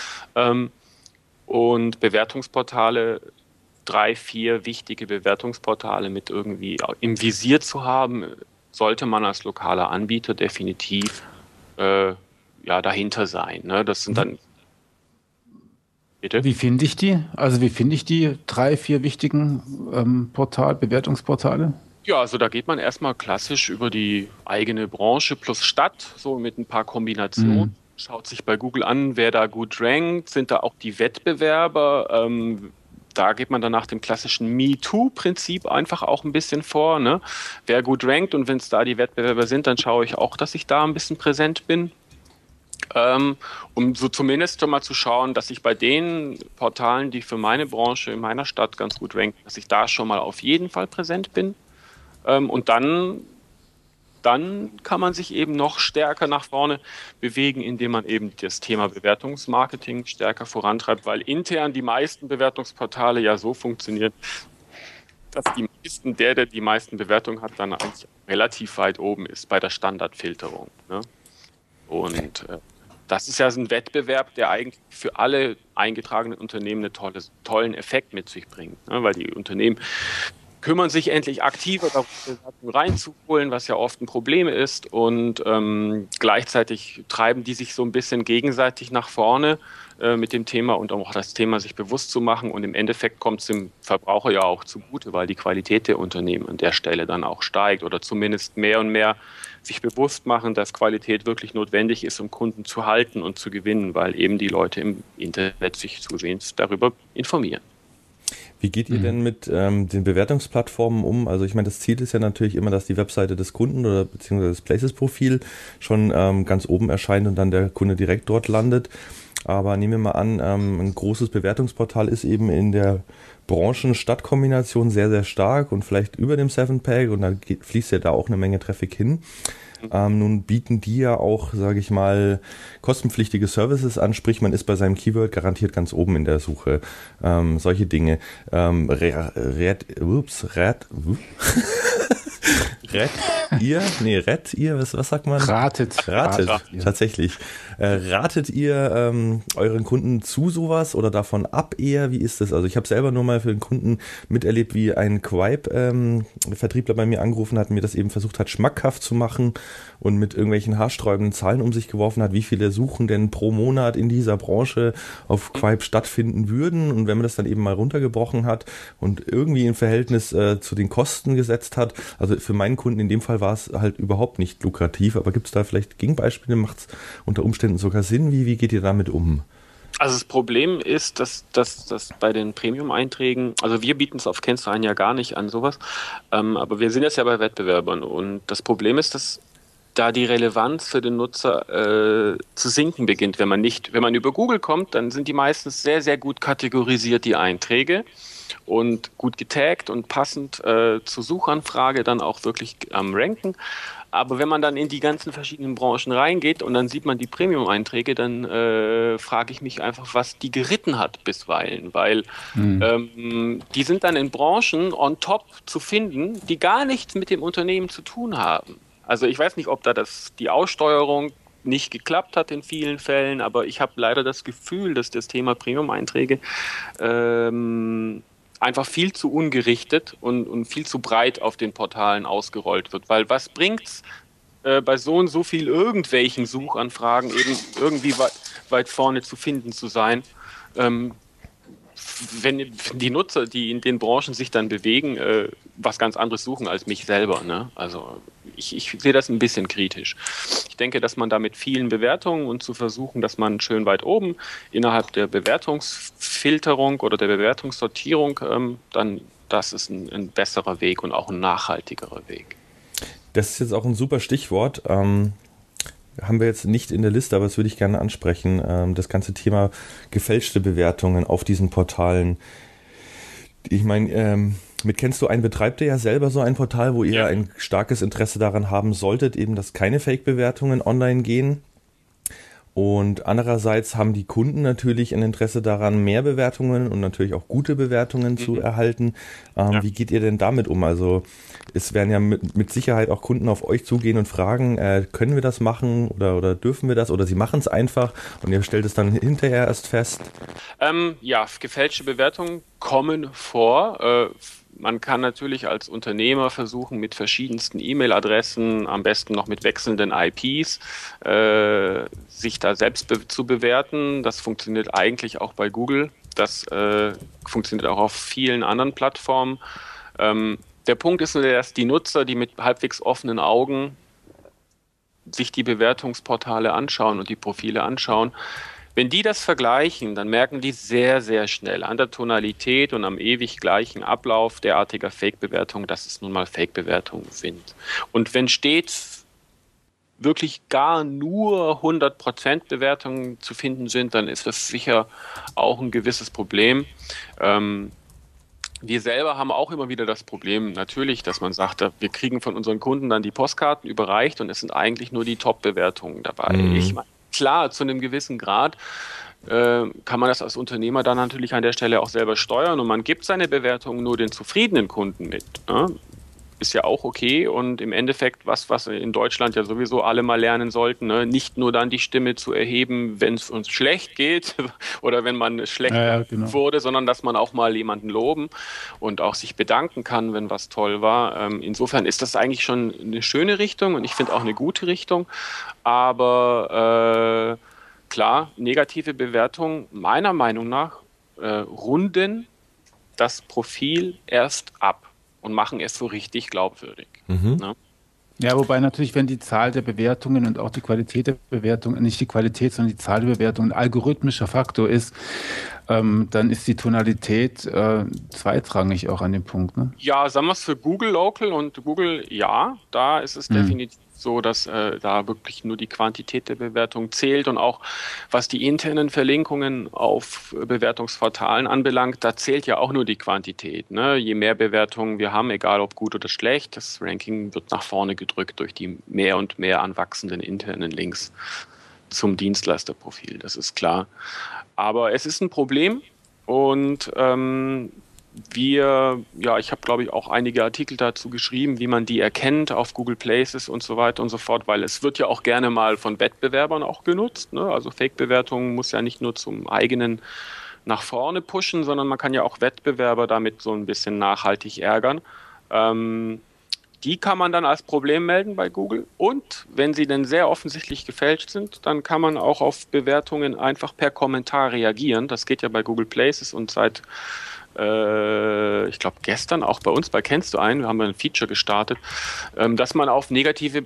[SPEAKER 4] Und Bewertungsportale, 3, 4 wichtige Bewertungsportale mit irgendwie im Visier zu haben, sollte man als lokaler Anbieter definitiv dahinter sein. Ne? Das sind dann Bitte?
[SPEAKER 3] Wie finde ich die? Also wie finde ich die 3, 4 wichtigen Bewertungsportale?
[SPEAKER 4] Ja, also da geht man erstmal klassisch über die eigene Branche plus Stadt, so mit ein paar Kombinationen. Schaut sich bei Google an, wer da gut rankt, sind da auch die Wettbewerber. Da geht man dann nach dem klassischen MeToo-Prinzip einfach auch ein bisschen vor. Ne? Wer gut rankt und wenn es da die Wettbewerber sind, dann schaue ich auch, dass ich da ein bisschen präsent bin. Um so zumindest schon mal zu schauen, dass ich bei den Portalen, die für meine Branche in meiner Stadt ganz gut ranken, dass ich da schon mal auf jeden Fall präsent bin. Und dann kann man sich eben noch stärker nach vorne bewegen, indem man eben das Thema Bewertungsmarketing stärker vorantreibt, weil intern die meisten Bewertungsportale ja so funktionieren, dass der die meisten Bewertungen hat, dann eigentlich relativ weit oben ist bei der Standardfilterung. Ne? Und das ist ja ein Wettbewerb, der eigentlich für alle eingetragenen Unternehmen einen tollen Effekt mit sich bringt, ne? Weil die Unternehmen kümmern sich endlich aktiver darum, Bewertungen reinzuholen, was ja oft ein Problem ist. Und gleichzeitig treiben die sich so ein bisschen gegenseitig nach vorne mit dem Thema und auch das Thema sich bewusst zu machen. Und im Endeffekt kommt es dem Verbraucher ja auch zugute, weil die Qualität der Unternehmen an der Stelle dann auch steigt oder zumindest mehr und mehr sich bewusst machen, dass Qualität wirklich notwendig ist, um Kunden zu halten und zu gewinnen, weil eben die Leute im Internet sich zusehends darüber informieren.
[SPEAKER 2] Wie geht ihr denn mit den Bewertungsplattformen um? Also ich meine, das Ziel ist ja natürlich immer, dass die Webseite des Kunden oder beziehungsweise das Places-Profil schon ganz oben erscheint und dann der Kunde direkt dort landet. Aber nehmen wir mal an, ein großes Bewertungsportal ist eben in der Branchen-Stadt-Kombination sehr, sehr stark und vielleicht über dem 7-Pack und dann fließt ja da auch eine Menge Traffic hin. Nun bieten die ja auch, sage ich mal, kostenpflichtige Services an, sprich man ist bei seinem Keyword garantiert ganz oben in der Suche. Rett ihr, was sagt man?
[SPEAKER 3] Ratet,
[SPEAKER 2] tatsächlich. Ratet ihr euren Kunden zu sowas oder davon ab eher? Wie ist das? Also ich habe selber nur mal für einen Kunden miterlebt, wie ein Quipe-Vertriebler bei mir angerufen hat, mir das eben versucht hat, schmackhaft zu machen und mit irgendwelchen haarsträubenden Zahlen um sich geworfen hat, wie viele Suchen denn pro Monat in dieser Branche auf Quipe stattfinden würden. Und wenn man das dann eben mal runtergebrochen hat und irgendwie im Verhältnis zu den Kosten gesetzt hat, also für meinen Kunden in dem Fall war es halt überhaupt nicht lukrativ, aber gibt es da vielleicht Gegenbeispiele? Macht es unter Umständen sogar Sinn? Wie geht ihr damit um?
[SPEAKER 4] Also das Problem ist, dass bei den Premium-Einträgen, also wir bieten es auf Kennzeichen ja gar nicht an, sowas, aber wir sind jetzt ja bei Wettbewerbern und das Problem ist, dass da die Relevanz für den Nutzer zu sinken beginnt. Wenn man über Google kommt, dann sind die meistens sehr, sehr gut kategorisiert, die Einträge, und gut getaggt und passend zur Suchanfrage dann auch wirklich am Ranken. Aber wenn man dann in die ganzen verschiedenen Branchen reingeht und dann sieht man die Premium-Einträge, dann frage ich mich einfach, was die geritten hat bisweilen, weil die sind dann in Branchen on top zu finden, die gar nichts mit dem Unternehmen zu tun haben. Also ich weiß nicht, ob da die Aussteuerung nicht geklappt hat in vielen Fällen, aber ich habe leider das Gefühl, dass das Thema Premium-Einträge einfach viel zu ungerichtet und viel zu breit auf den Portalen ausgerollt wird. Weil was bringt's bei so und so viel irgendwelchen Suchanfragen eben irgendwie weit vorne zu finden zu sein, wenn die Nutzer, die in den Branchen sich dann bewegen, was ganz anderes suchen als mich selber. Ne? Also ich sehe das ein bisschen kritisch. Ich denke, dass man da mit vielen Bewertungen und zu versuchen, dass man schön weit oben innerhalb der Bewertungsfilterung oder der Bewertungssortierung, dann das ist ein besserer Weg und auch ein nachhaltigerer Weg.
[SPEAKER 2] Das ist jetzt auch ein super Stichwort. Haben wir jetzt nicht in der Liste, aber das würde ich gerne ansprechen. Das ganze Thema gefälschte Bewertungen auf diesen Portalen. Ich meine, kennst du einen, betreibt ihr ja selber so ein Portal, wo ihr ein starkes Interesse daran haben solltet, eben, dass keine Fake-Bewertungen online gehen. Und andererseits haben die Kunden natürlich ein Interesse daran, mehr Bewertungen und natürlich auch gute Bewertungen zu erhalten. Wie geht ihr denn damit um? Also es werden ja mit Sicherheit auch Kunden auf euch zugehen und fragen, können wir das machen oder dürfen wir das? Oder sie machen es einfach und ihr stellt es dann hinterher erst fest.
[SPEAKER 4] Gefälschte Bewertungen kommen vor. Man kann natürlich als Unternehmer versuchen, mit verschiedensten E-Mail-Adressen, am besten noch mit wechselnden IPs, sich da selbst zu bewerten. Das funktioniert eigentlich auch bei Google. Das funktioniert auch auf vielen anderen Plattformen. Der Punkt ist nur, dass die Nutzer, die mit halbwegs offenen Augen sich die Bewertungsportale anschauen und die Profile anschauen, wenn die das vergleichen, dann merken die sehr, sehr schnell an der Tonalität und am ewig gleichen Ablauf derartiger Fake-Bewertungen, dass es nun mal Fake-Bewertungen sind. Und wenn stets wirklich gar nur 100% Bewertungen zu finden sind, dann ist das sicher auch ein gewisses Problem. Wir selber haben auch immer wieder das Problem, natürlich, dass man sagt, wir kriegen von unseren Kunden dann die Postkarten überreicht und es sind eigentlich nur die Top-Bewertungen dabei. Ich meine, klar, zu einem gewissen Grad kann man das als Unternehmer dann natürlich an der Stelle auch selber steuern und man gibt seine Bewertungen nur den zufriedenen Kunden mit. Ne? Ist ja auch okay und im Endeffekt was in Deutschland ja sowieso alle mal lernen sollten, ne? Nicht nur dann die Stimme zu erheben, wenn es uns schlecht geht oder wenn man schlecht wurde, sondern dass man auch mal jemanden loben und auch sich bedanken kann, wenn was toll war. Insofern ist das eigentlich schon eine schöne Richtung und ich finde auch eine gute Richtung, aber klar, negative Bewertungen meiner Meinung nach runden das Profil erst ab und machen es so richtig glaubwürdig. Ne?
[SPEAKER 3] Ja, wobei natürlich, wenn die Zahl der Bewertungen und auch die Qualität der Bewertungen, nicht die Qualität, sondern die Zahl der Bewertungen ein algorithmischer Faktor ist, dann ist die Tonalität zweitrangig auch an dem Punkt. Ne?
[SPEAKER 4] Ja, sagen wir es für Google Local und Google, ja, da ist es definitiv so, dass da wirklich nur die Quantität der Bewertung zählt und auch was die internen Verlinkungen auf Bewertungsportalen anbelangt, da zählt ja auch nur die Quantität. Ne? Je mehr Bewertungen wir haben, egal ob gut oder schlecht, das Ranking wird nach vorne gedrückt durch die mehr und mehr anwachsenden internen Links zum Dienstleisterprofil, das ist klar. Aber es ist ein Problem und ich habe, glaube ich, auch einige Artikel dazu geschrieben, wie man die erkennt auf Google Places und so weiter und so fort, weil es wird ja auch gerne mal von Wettbewerbern auch genutzt, ne? Also Fake-Bewertungen muss ja nicht nur zum eigenen nach vorne pushen, sondern man kann ja auch Wettbewerber damit so ein bisschen nachhaltig ärgern. Die kann man dann als Problem melden bei Google. Und wenn sie denn sehr offensichtlich gefälscht sind, dann kann man auch auf Bewertungen einfach per Kommentar reagieren. Das geht ja bei Google Places und seit ich glaube gestern auch bei uns bei Kennst du einen, wir haben ein Feature gestartet, dass man auf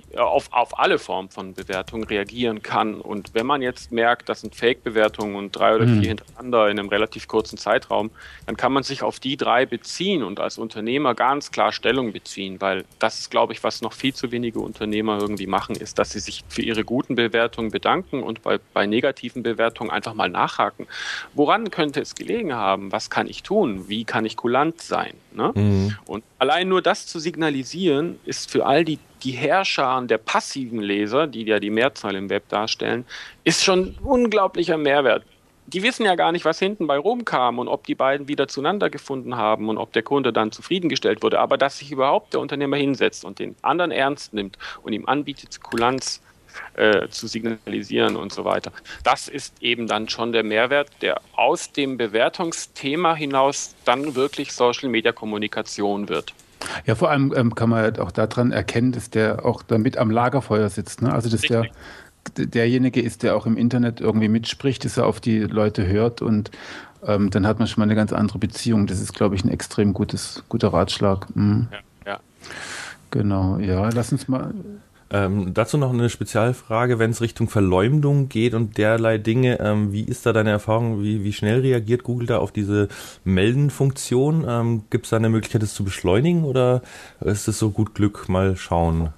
[SPEAKER 4] auf alle Formen von Bewertungen reagieren kann. Und wenn man jetzt merkt, das sind Fake-Bewertungen und 3 oder 4 hintereinander in einem relativ kurzen Zeitraum, dann kann man sich auf die 3 beziehen und als Unternehmer ganz klar Stellung beziehen, weil das ist, glaube ich, was noch viel zu wenige Unternehmer irgendwie machen, ist, dass sie sich für ihre guten Bewertungen bedanken und bei negativen Bewertungen einfach mal nachhaken. Woran könnte es gelegen haben? Was kann ich tun? Wie kann ich kulant sein? Ne? Und allein nur das zu signalisieren, ist für all die Heerscharen der passiven Leser, die ja die Mehrzahl im Web darstellen, ist schon ein unglaublicher Mehrwert. Die wissen ja gar nicht, was hinten bei rumkam und ob die beiden wieder zueinander gefunden haben und ob der Kunde dann zufriedengestellt wurde. Aber dass sich überhaupt der Unternehmer hinsetzt und den anderen ernst nimmt und ihm anbietet, Kulanz zu signalisieren und so weiter. Das ist eben dann schon der Mehrwert, der aus dem Bewertungsthema hinaus dann wirklich Social-Media-Kommunikation wird.
[SPEAKER 3] Ja, vor allem kann man halt auch daran erkennen, dass der auch damit am Lagerfeuer sitzt. Ne? Also dass derjenige ist, der auch im Internet irgendwie mitspricht, dass er auf die Leute hört und dann hat man schon mal eine ganz andere Beziehung. Das ist, glaube ich, ein extrem guter Ratschlag.
[SPEAKER 4] Ja.
[SPEAKER 3] Genau, ja, lass uns mal...
[SPEAKER 2] Dazu noch eine Spezialfrage, wenn es Richtung Verleumdung geht und derlei Dinge. Wie ist da deine Erfahrung? Wie schnell reagiert Google da auf diese Melden-Funktion? Gibt es da eine Möglichkeit, das zu beschleunigen oder ist es so gut Glück? Mal schauen.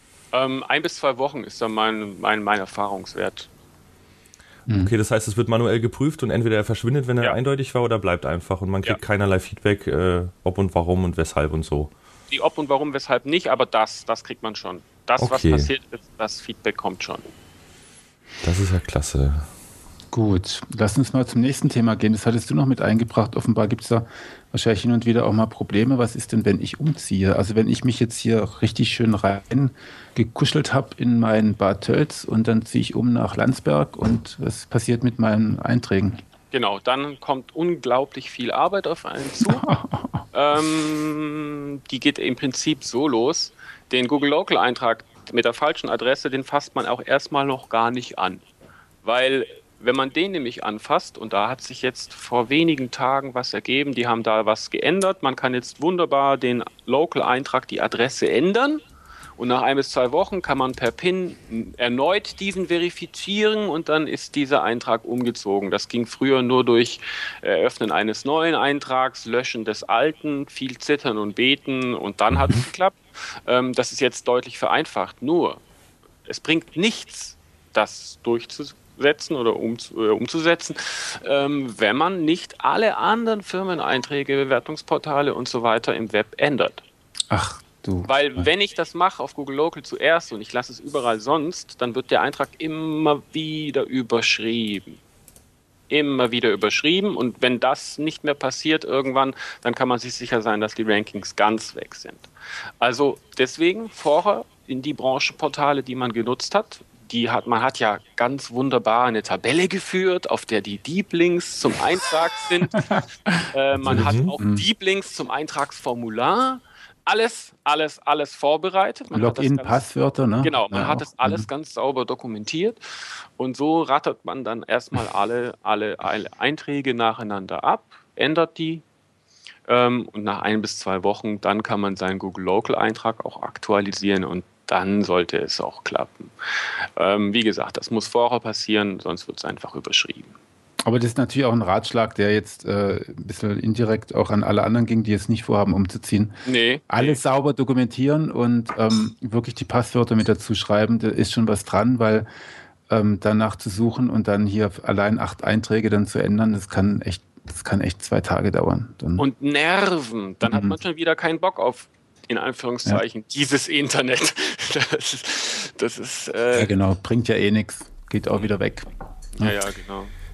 [SPEAKER 4] 1 bis 2 Wochen ist da mein Erfahrungswert.
[SPEAKER 2] Okay, das heißt, es wird manuell geprüft und entweder er verschwindet, wenn er eindeutig war, oder bleibt einfach und man kriegt keinerlei Feedback, ob und warum und weshalb und so.
[SPEAKER 4] Die ob und warum, weshalb nicht, aber das kriegt man schon. Was passiert ist, das Feedback kommt schon.
[SPEAKER 2] Das ist ja klasse.
[SPEAKER 3] Gut, lass uns mal zum nächsten Thema gehen. Das hattest du noch mit eingebracht. Offenbar gibt es da wahrscheinlich hin und wieder auch mal Probleme. Was ist denn, wenn ich umziehe? Also wenn ich mich jetzt hier richtig schön rein gekuschelt habe in mein Bad Tölz und dann ziehe ich um nach Landsberg und was passiert mit meinen Einträgen?
[SPEAKER 4] Genau, dann kommt unglaublich viel Arbeit auf einen zu. Die geht im Prinzip so los. Den Google Local Eintrag mit der falschen Adresse, den fasst man auch erstmal noch gar nicht an. Weil wenn man den nämlich anfasst, und da hat sich jetzt vor wenigen Tagen was ergeben, die haben da was geändert, man kann jetzt wunderbar den Local Eintrag, die Adresse ändern. Und nach 1 bis 2 Wochen kann man per PIN erneut diesen verifizieren und dann ist dieser Eintrag umgezogen. Das ging früher nur durch Eröffnen eines neuen Eintrags, Löschen des alten, viel Zittern und Beten und dann hat es geklappt. Das ist jetzt deutlich vereinfacht. Nur, es bringt nichts, das durchzusetzen oder umzusetzen, wenn man nicht alle anderen Firmeneinträge, Bewertungsportale und so weiter im Web ändert.
[SPEAKER 3] Ach.
[SPEAKER 4] Weil wenn ich das mache auf Google Local zuerst und ich lasse es überall sonst, dann wird der Eintrag immer wieder überschrieben. Und wenn das nicht mehr passiert irgendwann, dann kann man sich sicher sein, dass die Rankings ganz weg sind. Also deswegen vorher in die Branchenportale, die man genutzt hat. Man hat ja ganz wunderbar eine Tabelle geführt, auf der die Deep Links zum Eintrag sind. Man hat auch Deep Links zum Eintragsformular. Alles vorbereitet.
[SPEAKER 3] Login, Passwörter, ne?
[SPEAKER 4] Genau, man hat das alles ganz sauber dokumentiert und so rattert man dann erstmal alle Einträge nacheinander ab, ändert die und nach 1 bis 2 Wochen, dann kann man seinen Google Local Eintrag auch aktualisieren und dann sollte es auch klappen. Wie gesagt, das muss vorher passieren, sonst wird es einfach überschrieben.
[SPEAKER 3] Aber das ist natürlich auch ein Ratschlag, der jetzt ein bisschen indirekt auch an alle anderen ging, die jetzt nicht vorhaben, umzuziehen. Alles sauber dokumentieren und wirklich die Passwörter mit dazu schreiben, da ist schon was dran, weil danach zu suchen und dann hier allein 8 Einträge dann zu ändern, das kann echt 2 Tage dauern.
[SPEAKER 4] Und Nerven, dann hat man schon wieder keinen Bock auf, in Anführungszeichen, dieses Internet. Das ist
[SPEAKER 3] ja, genau, bringt ja eh nichts, geht auch wieder weg.
[SPEAKER 4] Ja, genau.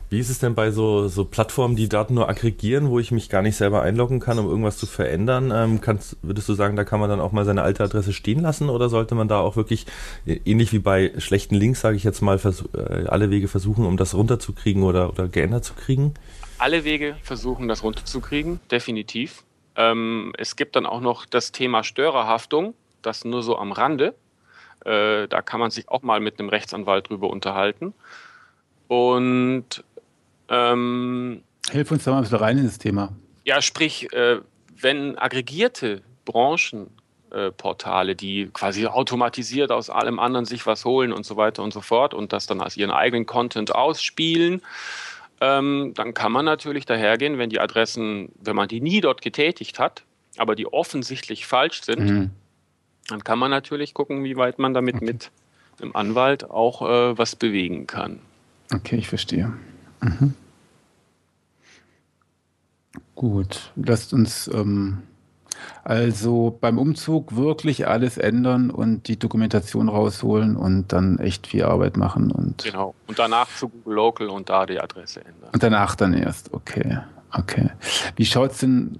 [SPEAKER 2] Wie ist es denn bei so Plattformen, die Daten nur aggregieren, wo ich mich gar nicht selber einloggen kann, um irgendwas zu verändern? Würdest du sagen, da kann man dann auch mal seine alte Adresse stehen lassen oder sollte man da auch wirklich, ähnlich wie bei schlechten Links, sage ich jetzt mal, alle Wege versuchen, um das runterzukriegen oder geändert zu kriegen?
[SPEAKER 4] Alle Wege versuchen, das runterzukriegen, definitiv. Es gibt dann auch noch das Thema Störerhaftung, das nur so am Rande. Da kann man sich auch mal mit einem Rechtsanwalt drüber unterhalten. Und
[SPEAKER 3] hilf uns da mal ein bisschen rein in das Thema.
[SPEAKER 4] Ja, sprich, wenn aggregierte Branchenportale, die quasi automatisiert aus allem anderen sich was holen und so weiter und so fort und das dann als ihren eigenen Content ausspielen, dann kann man natürlich dahergehen, wenn die Adressen, wenn man die nie dort getätigt hat, aber die offensichtlich falsch sind, dann kann man natürlich gucken, wie weit man damit mit einem Anwalt auch was bewegen kann.
[SPEAKER 3] Okay, ich verstehe. Gut, lasst uns also beim Umzug wirklich alles ändern und die Dokumentation rausholen und dann echt viel Arbeit machen.
[SPEAKER 4] Genau, und danach zu Google Local und da die Adresse ändern.
[SPEAKER 3] Und danach dann erst, okay. Wie schaut's denn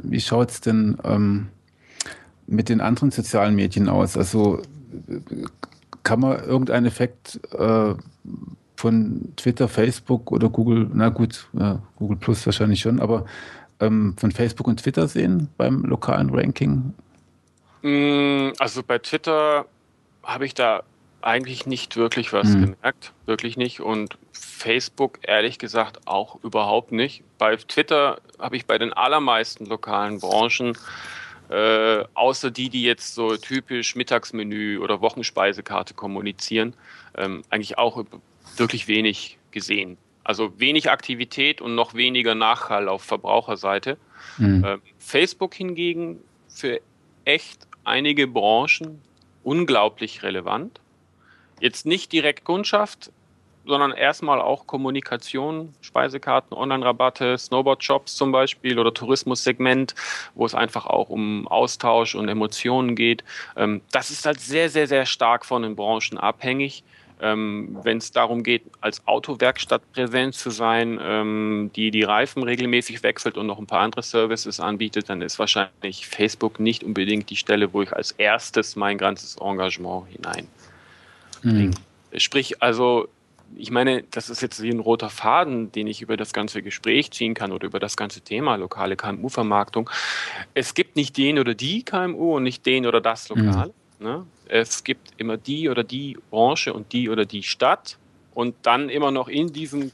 [SPEAKER 3] mit den anderen sozialen Medien aus? Also kann man irgendeinen Effekt von Twitter, Facebook oder Google, na gut, Google Plus wahrscheinlich schon, aber von Facebook und Twitter sehen beim lokalen Ranking?
[SPEAKER 4] Also bei Twitter habe ich da eigentlich nicht wirklich was gemerkt, wirklich nicht. Und Facebook ehrlich gesagt auch überhaupt nicht. Bei Twitter habe ich bei den allermeisten lokalen Branchen, außer die jetzt so typisch Mittagsmenü oder Wochenspeisekarte kommunizieren, eigentlich auch wirklich wenig gesehen. Also wenig Aktivität und noch weniger Nachhall auf Verbraucherseite. Facebook hingegen für echt einige Branchen unglaublich relevant. Jetzt nicht direkt Kundschaft, sondern erstmal auch Kommunikation, Speisekarten, Online-Rabatte, Snowboard-Shops zum Beispiel oder Tourismussegment, wo es einfach auch um Austausch und Emotionen geht. Das ist halt sehr, sehr, sehr stark von den Branchen abhängig. Wenn es darum geht, als Autowerkstatt präsent zu sein, die Reifen regelmäßig wechselt und noch ein paar andere Services anbietet, dann ist wahrscheinlich Facebook nicht unbedingt die Stelle, wo ich als erstes mein ganzes Engagement hineinbringe. Sprich, also, ich meine, das ist jetzt wie ein roter Faden, den ich über das ganze Gespräch ziehen kann oder über das ganze Thema lokale KMU-Vermarktung. Es gibt nicht den oder die KMU und nicht den oder das Lokal. Ne? Es gibt immer die oder die Branche und die oder die Stadt und dann immer noch in diesem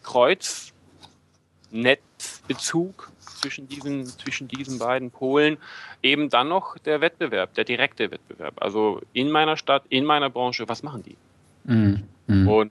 [SPEAKER 4] Kreuznetzbezug zwischen diesen beiden Polen eben dann noch der Wettbewerb, der direkte Wettbewerb. Also in meiner Stadt, in meiner Branche, was machen die? Und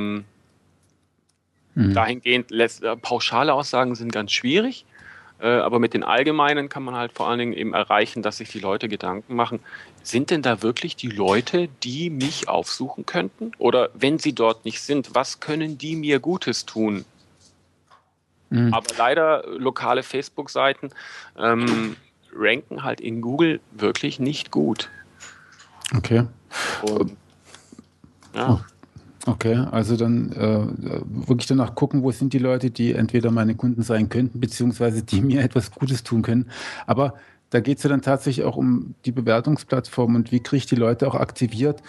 [SPEAKER 4] dahingehend pauschale Aussagen sind ganz schwierig. Aber mit den allgemeinen kann man halt vor allen Dingen eben erreichen, dass sich die Leute Gedanken machen, sind denn da wirklich die Leute, die mich aufsuchen könnten? Oder wenn sie dort nicht sind, was können die mir Gutes tun? Aber leider lokale Facebook-Seiten ranken halt in Google wirklich nicht gut.
[SPEAKER 3] Okay.
[SPEAKER 4] Und, ja.
[SPEAKER 3] Okay, also dann wirklich danach gucken, wo sind die Leute, die entweder meine Kunden sein könnten, beziehungsweise die mir etwas Gutes tun können. Aber da geht es ja dann tatsächlich auch um die Bewertungsplattform und wie kriege ich die Leute auch aktiviert.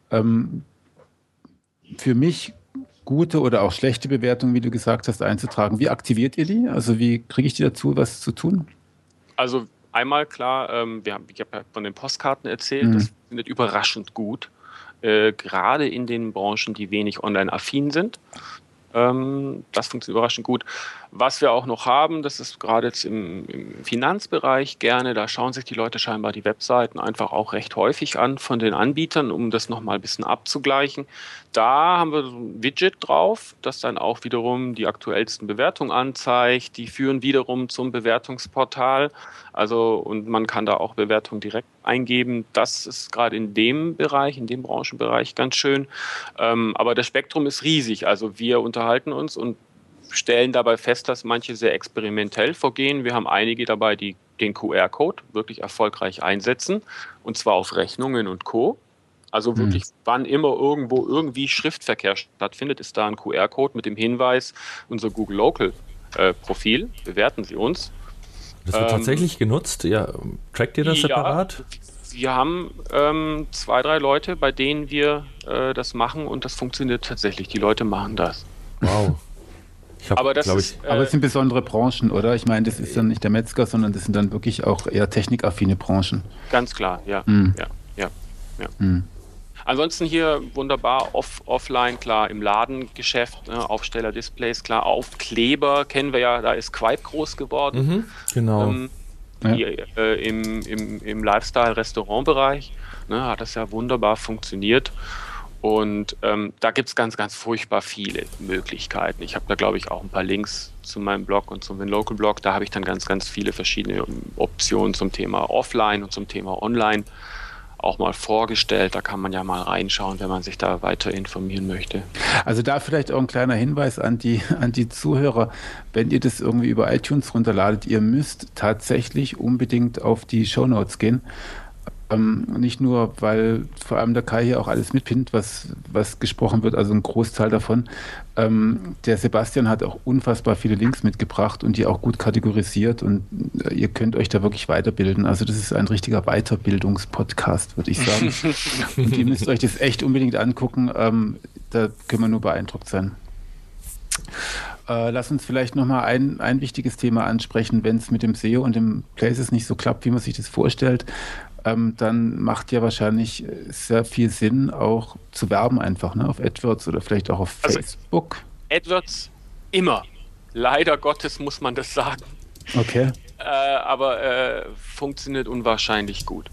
[SPEAKER 3] Für mich gute oder auch schlechte Bewertungen, wie du gesagt hast, einzutragen. Wie aktiviert ihr die? Also wie kriege ich die dazu, was zu tun?
[SPEAKER 4] Also einmal klar, ich habe ja von den Postkarten erzählt, das findet überraschend gut. Gerade in den Branchen, die wenig online-affin sind. Das funktioniert überraschend gut. Was wir auch noch haben, das ist gerade jetzt im Finanzbereich gerne, da schauen sich die Leute scheinbar die Webseiten einfach auch recht häufig an von den Anbietern, um das nochmal ein bisschen abzugleichen. Da haben wir so ein Widget drauf, das dann auch wiederum die aktuellsten Bewertungen anzeigt. Die führen wiederum zum Bewertungsportal. Also, und man kann da auch Bewertungen direkt eingeben. Das ist gerade in dem Bereich, in dem Branchenbereich ganz schön. Aber das Spektrum ist riesig. Also wir unterhalten uns und stellen dabei fest, dass manche sehr experimentell vorgehen. Wir haben einige dabei, die den QR-Code wirklich erfolgreich einsetzen, und zwar auf Rechnungen und Co. Also wirklich, wann immer irgendwo irgendwie Schriftverkehr stattfindet, ist da ein QR-Code mit dem Hinweis, unser Google Local Profil, bewerten Sie uns.
[SPEAKER 2] Das wird tatsächlich genutzt? Ja, trackt ihr das separat?
[SPEAKER 4] Wir haben 2, 3 Leute, bei denen wir das machen und das funktioniert tatsächlich. Die Leute machen das.
[SPEAKER 2] Wow.
[SPEAKER 3] Aber es sind besondere Branchen, oder? Ich meine, das ist dann nicht der Metzger, sondern das sind dann wirklich auch eher technikaffine Branchen.
[SPEAKER 4] Ganz klar, ja. Ja. Ansonsten hier wunderbar offline, klar, im Ladengeschäft, Aufsteller, Displays, klar, Aufkleber kennen wir ja, da ist Quaip groß geworden.
[SPEAKER 2] Genau.
[SPEAKER 4] Im Lifestyle-Restaurant-Bereich hat das ja wunderbar funktioniert. Und da gibt es ganz, ganz furchtbar viele Möglichkeiten. Ich habe da, glaube ich, auch ein paar Links zu meinem Blog und zum Winlocal-Blog. Da habe ich dann ganz, ganz viele verschiedene Optionen zum Thema Offline und zum Thema Online auch mal vorgestellt. Da kann man ja mal reinschauen, wenn man sich da weiter informieren möchte.
[SPEAKER 3] Also da vielleicht auch ein kleiner Hinweis an die Zuhörer. Wenn ihr das irgendwie über iTunes runterladet, ihr müsst tatsächlich unbedingt auf die Shownotes gehen. Nicht nur, weil vor allem der Kai hier auch alles mitpinnt, was gesprochen wird, also ein Großteil davon. Der Sebastian hat auch unfassbar viele Links mitgebracht und die auch gut kategorisiert und ihr könnt euch da wirklich weiterbilden. Also das ist ein richtiger Weiterbildungspodcast, würde ich sagen. Und ihr müsst euch das echt unbedingt angucken. Da können wir nur beeindruckt sein. Lass uns vielleicht nochmal ein wichtiges Thema ansprechen, wenn es mit dem SEO und dem Places nicht so klappt, wie man sich das vorstellt. Dann macht ja wahrscheinlich sehr viel Sinn, auch zu werben einfach, ne? Auf AdWords oder vielleicht auch auf Facebook.
[SPEAKER 4] AdWords immer. Leider Gottes muss man das sagen.
[SPEAKER 3] Okay.
[SPEAKER 4] Aber funktioniert unwahrscheinlich gut.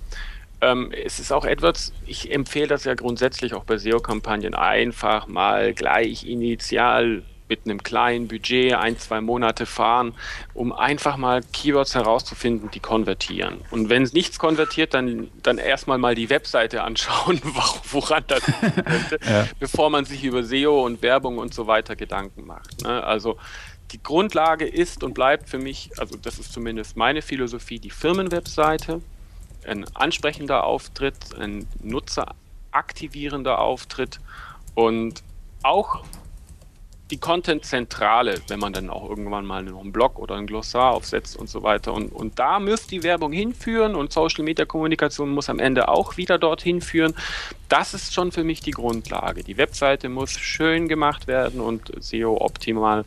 [SPEAKER 4] Es ist auch AdWords, ich empfehle das ja grundsätzlich auch bei SEO-Kampagnen, einfach mal gleich initial mit einem kleinen Budget 1, 2 Monate fahren, um einfach mal Keywords herauszufinden, die konvertieren. Und wenn es nichts konvertiert, dann erstmal mal die Webseite anschauen, woran das liegen könnte, bevor man sich über SEO und Werbung und so weiter Gedanken macht. Ne? Also die Grundlage ist und bleibt für mich, also das ist zumindest meine Philosophie, die Firmenwebseite, ein ansprechender Auftritt, ein nutzeraktivierender Auftritt und auch die Content-Zentrale, wenn man dann auch irgendwann mal noch einen Blog oder ein Glossar aufsetzt und so weiter. Und da müsste die Werbung hinführen und Social-Media-Kommunikation muss am Ende auch wieder dorthin führen. Das ist schon für mich die Grundlage. Die Webseite muss schön gemacht werden und SEO optimal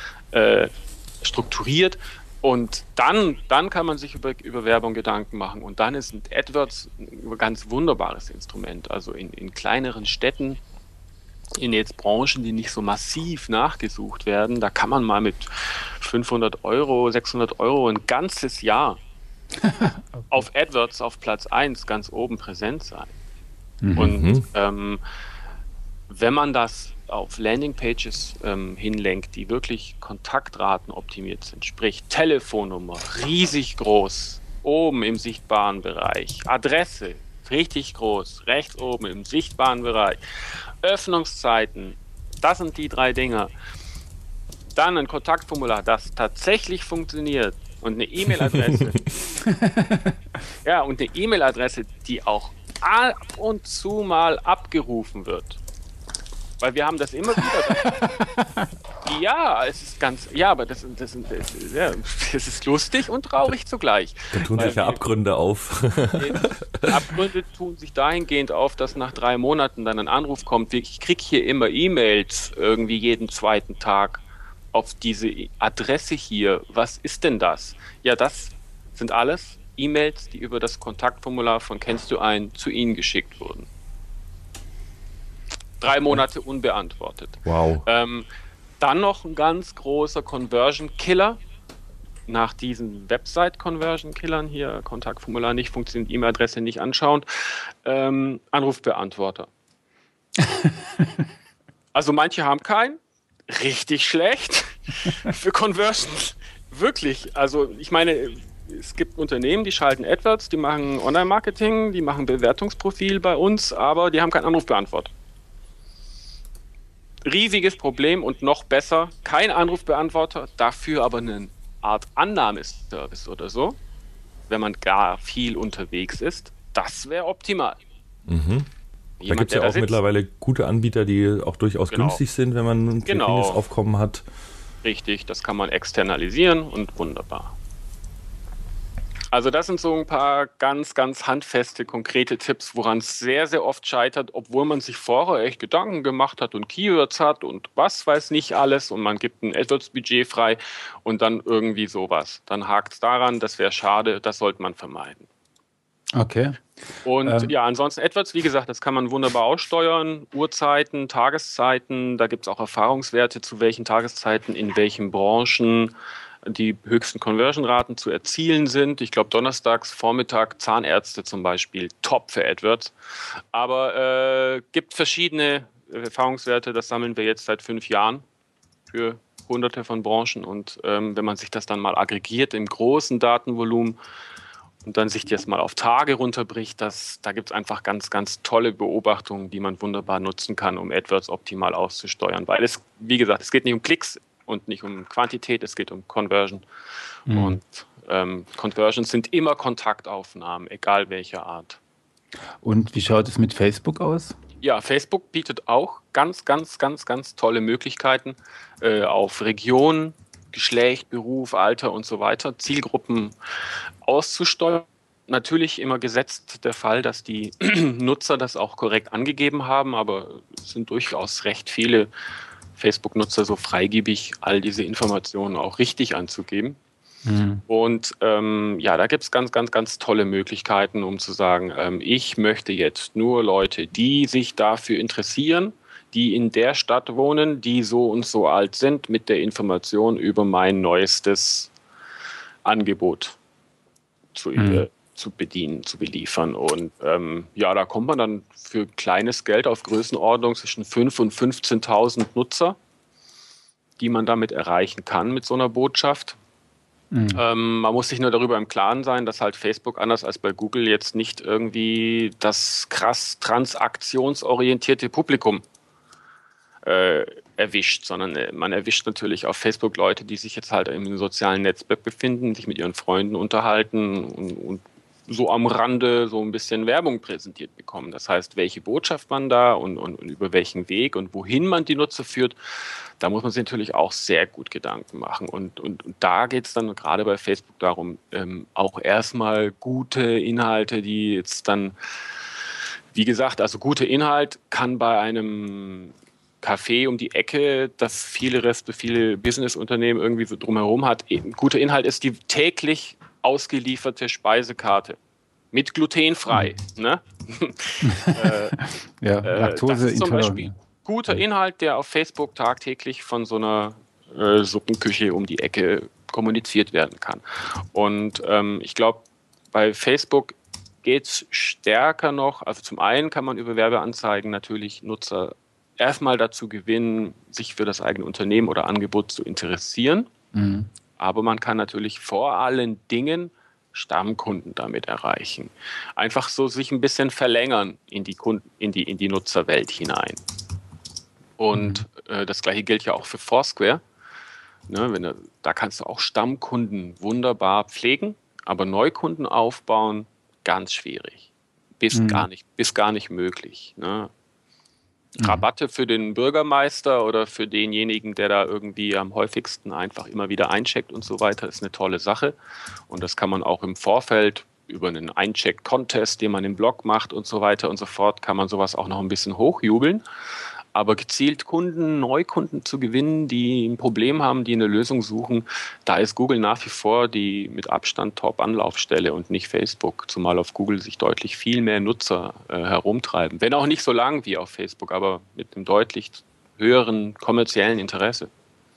[SPEAKER 4] strukturiert. Und dann kann man sich über Werbung Gedanken machen. Und dann ist AdWords ein ganz wunderbares Instrument. Also in kleineren Städten, in jetzt Branchen, die nicht so massiv nachgesucht werden, da kann man mal mit 500 Euro, 600 Euro ein ganzes Jahr auf AdWords auf Platz 1 ganz oben präsent sein. Und wenn man das auf Landingpages hinlenkt, die wirklich Kontaktraten optimiert sind, sprich Telefonnummer, riesig groß, oben im sichtbaren Bereich, Adresse, richtig groß, rechts oben im sichtbaren Bereich, Öffnungszeiten, das sind die 3 Dinger. Dann ein Kontaktformular, das tatsächlich funktioniert und eine E-Mail-Adresse. Ja, und eine E-Mail-Adresse, die auch ab und zu mal abgerufen wird. Weil wir haben das immer wieder. Ja, es ist ganz, aber das ist lustig und traurig zugleich.
[SPEAKER 2] Da tun sich ja Abgründe auf.
[SPEAKER 4] Abgründe tun sich dahingehend auf, dass nach 3 Monaten dann ein Anruf kommt, ich kriege hier immer E-Mails irgendwie jeden 2. Tag auf diese Adresse hier. Was ist denn das? Ja, das sind alles E-Mails, die über das Kontaktformular von Kennst du einen zu Ihnen geschickt wurden. 3 Monate unbeantwortet.
[SPEAKER 2] Wow.
[SPEAKER 4] Dann noch ein ganz großer Conversion-Killer. Nach diesen Website-Conversion-Killern hier, Kontaktformular nicht funktioniert, E-Mail-Adresse nicht anschauen, Anrufbeantworter. Also manche haben keinen, richtig schlecht für Conversions. Wirklich, also ich meine, es gibt Unternehmen, die schalten AdWords, die machen Online-Marketing, die machen Bewertungsprofil bei uns, aber die haben keinen Anrufbeantworter. Riesiges Problem und noch besser, kein Anrufbeantworter, dafür aber eine Art Annahmeservice oder so, wenn man gar viel unterwegs ist, das wäre optimal.
[SPEAKER 2] Da gibt es ja auch mittlerweile gute Anbieter, die auch durchaus günstig sind, wenn man ein geringes Aufkommen hat.
[SPEAKER 4] Richtig, das kann man externalisieren und wunderbar. Also das sind so ein paar ganz, ganz handfeste, konkrete Tipps, woran es sehr, sehr oft scheitert, obwohl man sich vorher echt Gedanken gemacht hat und Keywords hat und was weiß nicht alles und man gibt ein AdWords-Budget frei und dann irgendwie sowas. Dann hakt es daran, das wäre schade, das sollte man vermeiden.
[SPEAKER 3] Okay.
[SPEAKER 4] Und ja, ansonsten AdWords, wie gesagt, das kann man wunderbar aussteuern. Uhrzeiten, Tageszeiten, da gibt es auch Erfahrungswerte, zu welchen Tageszeiten, in welchen Branchen die höchsten Conversion-Raten zu erzielen sind. Ich glaube, donnerstags Vormittag Zahnärzte zum Beispiel, top für AdWords. Aber gibt verschiedene Erfahrungswerte, das sammeln wir jetzt seit 5 Jahren für hunderte von Branchen. Und wenn man sich das dann mal aggregiert im großen Datenvolumen und dann sich das mal auf Tage runterbricht, da gibt es einfach ganz, ganz tolle Beobachtungen, die man wunderbar nutzen kann, um AdWords optimal auszusteuern. Weil es, wie gesagt, es geht nicht um Klicks und nicht um Quantität, es geht um Conversion. Und Conversions sind immer Kontaktaufnahmen, egal welcher Art.
[SPEAKER 3] Und wie schaut es mit Facebook aus?
[SPEAKER 4] Ja, Facebook bietet auch ganz, ganz, ganz, ganz tolle Möglichkeiten auf Region, Geschlecht, Beruf, Alter und so weiter, Zielgruppen auszusteuern. Natürlich immer gesetzt der Fall, dass die Nutzer das auch korrekt angegeben haben, aber es sind durchaus recht viele Facebook-Nutzer so freigebig, all diese Informationen auch richtig anzugeben. Und ja, da gibt es ganz, ganz, ganz tolle Möglichkeiten, um zu sagen, ich möchte jetzt nur Leute, die sich dafür interessieren, die in der Stadt wohnen, die so und so alt sind, mit der Information über mein neuestes Angebot zu bedienen, zu beliefern. Und ja, da kommt man dann für kleines Geld auf Größenordnung zwischen 5.000 und 15.000 Nutzer, die man damit erreichen kann mit so einer Botschaft. Man muss sich nur darüber im Klaren sein, dass halt Facebook anders als bei Google jetzt nicht irgendwie das krass transaktionsorientierte Publikum erwischt, sondern man erwischt natürlich auf Facebook Leute, die sich jetzt halt im sozialen Netzwerk befinden, sich mit ihren Freunden unterhalten und so am Rande so ein bisschen Werbung präsentiert bekommen. Das heißt, welche Botschaft man da und über welchen Weg und wohin man die Nutzer führt, da muss man sich natürlich auch sehr gut Gedanken machen. Und da geht es dann gerade bei Facebook darum, auch erstmal gute Inhalte, die jetzt dann, wie gesagt, also guter Inhalt kann bei einem Café um die Ecke, das viele Businessunternehmen irgendwie so drumherum hat. Guter Inhalt ist die täglich ausgelieferte Speisekarte mit glutenfrei. Ne?
[SPEAKER 3] Ja, Laktose
[SPEAKER 4] zum Beispiel guter Inhalt, der auf Facebook tagtäglich von so einer Suppenküche um die Ecke kommuniziert werden kann. Und ich glaube, bei Facebook geht es stärker noch. Also zum einen kann man über Werbeanzeigen natürlich Nutzer erstmal dazu gewinnen, sich für das eigene Unternehmen oder Angebot zu interessieren. Aber man kann natürlich vor allen Dingen Stammkunden damit erreichen. Einfach so sich ein bisschen verlängern in die Nutzerwelt hinein. Und das Gleiche gilt ja auch für Foursquare. Ne, da kannst du auch Stammkunden wunderbar pflegen, aber Neukunden aufbauen, ganz schwierig. Bis gar nicht möglich. Ne? Rabatte für den Bürgermeister oder für denjenigen, der da irgendwie am häufigsten einfach immer wieder eincheckt und so weiter, ist eine tolle Sache. Und das kann man auch im Vorfeld über einen Eincheck-Contest, den man im Blog macht und so weiter und so fort, kann man sowas auch noch ein bisschen hochjubeln. Aber gezielt Neukunden zu gewinnen, die ein Problem haben, die eine Lösung suchen, da ist Google nach wie vor die mit Abstand Top-Anlaufstelle und nicht Facebook, zumal auf Google sich deutlich viel mehr Nutzer herumtreiben. Wenn auch nicht so lang wie auf Facebook, aber mit einem deutlich höheren kommerziellen Interesse.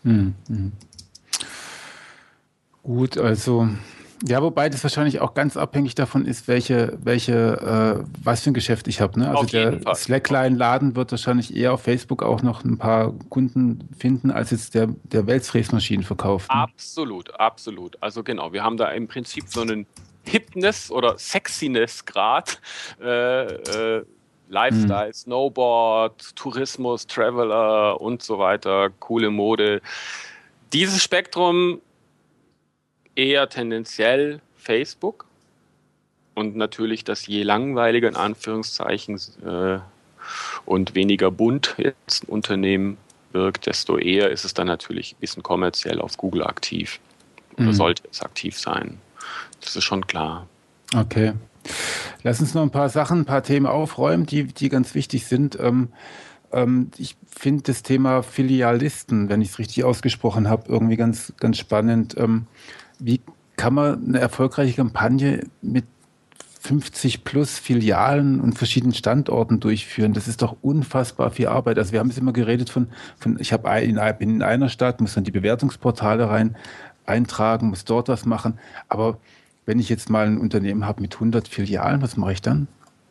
[SPEAKER 3] Gut, also ja, wobei das wahrscheinlich auch ganz abhängig davon ist, was für ein Geschäft ich habe. Ne? Also der Slackline-Laden wird wahrscheinlich eher auf Facebook auch noch ein paar Kunden finden, als jetzt der Wellsfräsmaschinen verkauft. Ne?
[SPEAKER 4] Absolut, absolut. Also genau, wir haben da im Prinzip so einen Hipness- oder Sexiness-Grad. Lifestyle, Snowboard, Tourismus, Traveler und so weiter, coole Mode. Dieses Spektrum eher tendenziell Facebook und natürlich das je langweiliger in Anführungszeichen und weniger bunt jetzt ein Unternehmen wirkt, desto eher ist es dann natürlich ein bisschen kommerziell auf Google aktiv. Oder sollte es aktiv sein. Das ist schon klar.
[SPEAKER 3] Okay. Lass uns noch ein paar Themen aufräumen, die ganz wichtig sind. Ich finde das Thema Filialisten, wenn ich es richtig ausgesprochen habe, irgendwie ganz, ganz spannend. Wie kann man eine erfolgreiche Kampagne mit 50 plus Filialen und verschiedenen Standorten durchführen? Das ist doch unfassbar viel Arbeit. Also wir haben jetzt immer geredet von ich bin in einer Stadt, muss dann die Bewertungsportale eintragen, muss dort was machen. Aber wenn ich jetzt mal ein Unternehmen habe mit 100 Filialen, was mache ich dann?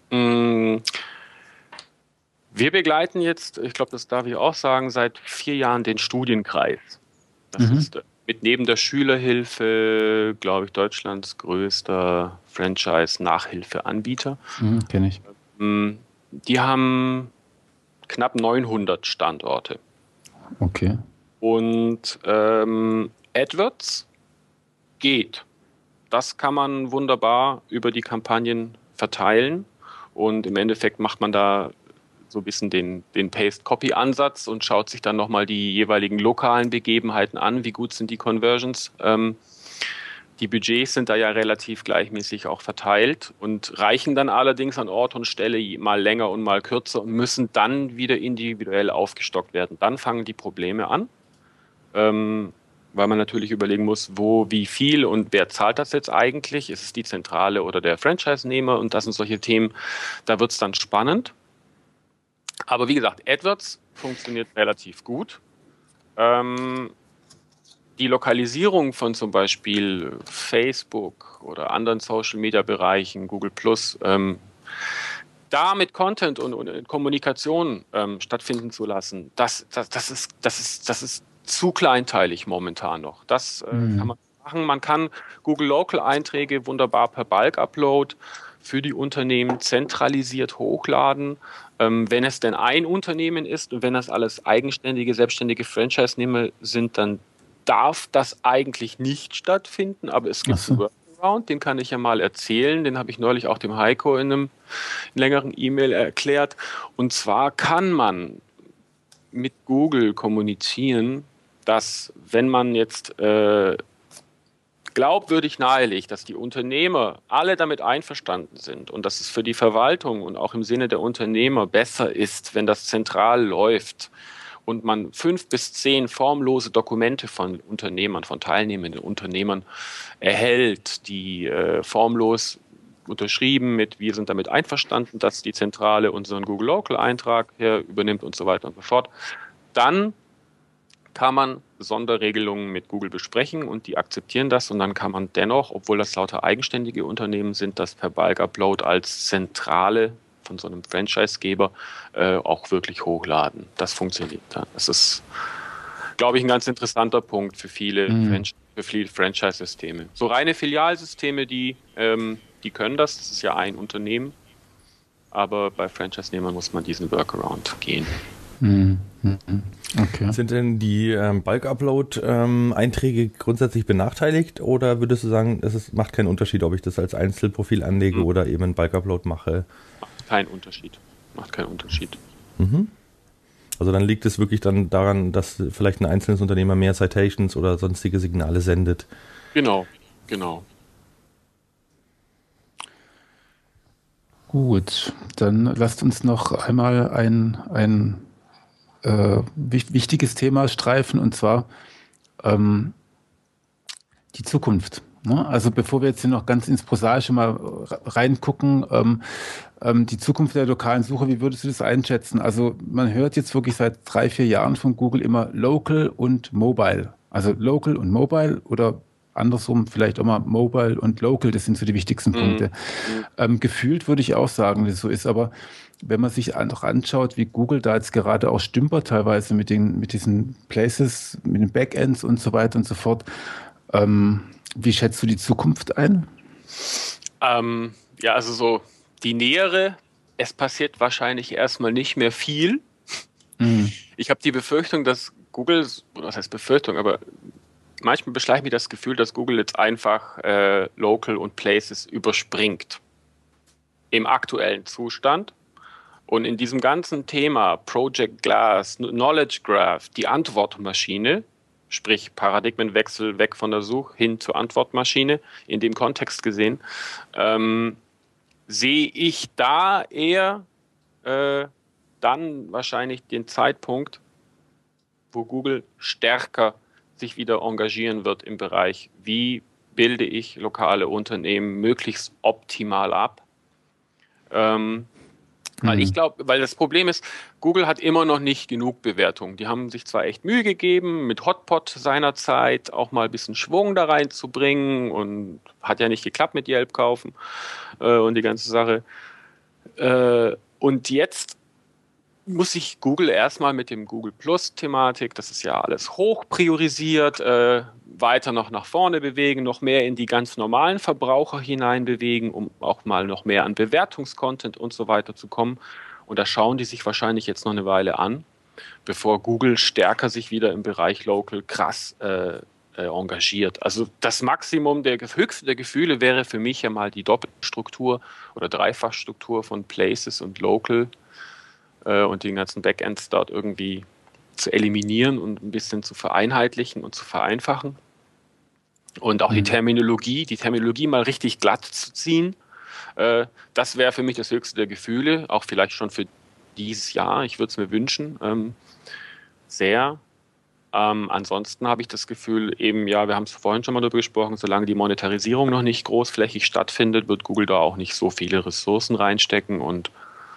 [SPEAKER 4] Wir begleiten jetzt, ich glaube, das darf ich auch sagen, seit 4 Jahren den Studienkreis. Das ist neben der Schülerhilfe, glaube ich, Deutschlands größter Franchise-Nachhilfeanbieter.
[SPEAKER 3] Kenne ich.
[SPEAKER 4] Die haben knapp 900 Standorte.
[SPEAKER 3] Okay.
[SPEAKER 4] Und AdWords geht. Das kann man wunderbar über die Kampagnen verteilen. Und im Endeffekt macht man da so ein bisschen den Paste-Copy-Ansatz und schaut sich dann nochmal die jeweiligen lokalen Begebenheiten an. Wie gut sind die Conversions? Die Budgets sind da ja relativ gleichmäßig auch verteilt und reichen dann allerdings an Ort und Stelle mal länger und mal kürzer und müssen dann wieder individuell aufgestockt werden. Dann fangen die Probleme an, weil man natürlich überlegen muss, wo, wie viel und wer zahlt das jetzt eigentlich? Ist es die Zentrale oder der Franchise-Nehmer? Und das sind solche Themen, da wird es dann spannend. Aber wie gesagt, AdWords funktioniert relativ gut. Die Lokalisierung von zum Beispiel Facebook oder anderen Social-Media-Bereichen, Google+, da mit Content und Kommunikation stattfinden zu lassen, das ist zu kleinteilig momentan noch. Das kann man machen. Man kann Google Local-Einträge wunderbar per Bulk-Upload für die Unternehmen zentralisiert hochladen. Wenn es denn ein Unternehmen ist und wenn das alles eigenständige, selbstständige Franchise-Nehmer sind, dann darf das eigentlich nicht stattfinden, aber es gibt einen Workaround, den kann ich ja mal erzählen, den habe ich neulich auch dem Heiko in einem längeren E-Mail erklärt. Und zwar kann man mit Google kommunizieren, dass wenn man jetzt glaubwürdig nahelegt, dass die Unternehmer alle damit einverstanden sind und dass es für die Verwaltung und auch im Sinne der Unternehmer besser ist, wenn das zentral läuft und man 5 bis 10 formlose Dokumente von Unternehmern, von teilnehmenden Unternehmern erhält, die formlos unterschrieben mit wir sind damit einverstanden, dass die Zentrale unseren Google Local Eintrag hier übernimmt und so weiter und so fort, dann kann man Sonderregelungen mit Google besprechen und die akzeptieren das und dann kann man dennoch, obwohl das lauter eigenständige Unternehmen sind, das per Bulk-Upload als Zentrale von so einem Franchise-Geber auch wirklich hochladen. Das funktioniert dann. Das ist, glaube ich, ein ganz interessanter Punkt für viele Franchise-Systeme. So reine Filialsysteme, die können das. Das ist ja ein Unternehmen. Aber bei Franchise-Nehmern muss man diesen Workaround gehen.
[SPEAKER 2] Okay. Sind denn die Bulk-Upload-Einträge grundsätzlich benachteiligt oder würdest du sagen, macht keinen Unterschied, ob ich das als Einzelprofil anlege oder eben einen Bulk-Upload mache?
[SPEAKER 4] Macht keinen Unterschied.
[SPEAKER 2] Also dann liegt es wirklich dann daran, dass vielleicht ein einzelnes Unternehmer mehr Citations oder sonstige Signale sendet.
[SPEAKER 4] Genau.
[SPEAKER 3] Gut, dann lasst uns noch einmal ein wichtiges Thema streifen, und zwar die Zukunft. Ne? Also bevor wir jetzt hier noch ganz ins Prosaische mal reingucken, die Zukunft der lokalen Suche, wie würdest du das einschätzen? Also man hört jetzt wirklich seit 3-4 Jahren von Google immer Local und Mobile. Also Local und Mobile oder andersrum vielleicht auch mal Mobile und Local, das sind so die wichtigsten Punkte. Gefühlt würde ich auch sagen, dass es so ist, aber wenn man sich noch anschaut, wie Google da jetzt gerade auch stümpert teilweise mit diesen Places, mit den Backends und so weiter und so fort, wie schätzt du die Zukunft ein?
[SPEAKER 4] Ja, also so die nähere, es passiert wahrscheinlich erstmal nicht mehr viel. Ich habe die Befürchtung, dass Google, was heißt Befürchtung, aber manchmal beschleicht mich das Gefühl, dass Google jetzt einfach Local und Places überspringt im aktuellen Zustand Und in diesem ganzen Thema Project Glass, Knowledge Graph, die Antwortmaschine, sprich Paradigmenwechsel weg von der Such hin zur Antwortmaschine, in dem Kontext gesehen, sehe ich da eher dann wahrscheinlich den Zeitpunkt, wo Google stärker sich wieder engagieren wird im Bereich, wie bilde ich lokale Unternehmen möglichst optimal ab. Weil ich glaube, weil das Problem ist, Google hat immer noch nicht genug Bewertungen. Die haben sich zwar echt Mühe gegeben, mit Hotpot seinerzeit auch mal ein bisschen Schwung da reinzubringen und hat ja nicht geklappt mit Yelp kaufen und die ganze Sache. Und jetzt muss sich Google erstmal mit dem Google Plus-Thematik, das ist ja alles hoch priorisiert, weiter noch nach vorne bewegen, noch mehr in die ganz normalen Verbraucher hinein bewegen, um auch mal noch mehr an Bewertungscontent und so weiter zu kommen. Und da schauen die sich wahrscheinlich jetzt noch eine Weile an, bevor Google stärker sich wieder im Bereich Local krass engagiert. Also das Maximum, der höchste der Gefühle wäre für mich ja mal die Doppelstruktur oder Dreifachstruktur von Places und Local und den ganzen Backends dort irgendwie zu eliminieren und ein bisschen zu vereinheitlichen und zu vereinfachen. Und auch die Terminologie mal richtig glatt zu ziehen. Das wäre für mich das höchste der Gefühle, auch vielleicht schon für dieses Jahr. Ich würde es mir wünschen, sehr. Ansonsten habe ich das Gefühl, eben, ja, wir haben es vorhin schon mal darüber gesprochen, solange die Monetarisierung noch nicht großflächig stattfindet, wird Google da auch nicht so viele Ressourcen reinstecken und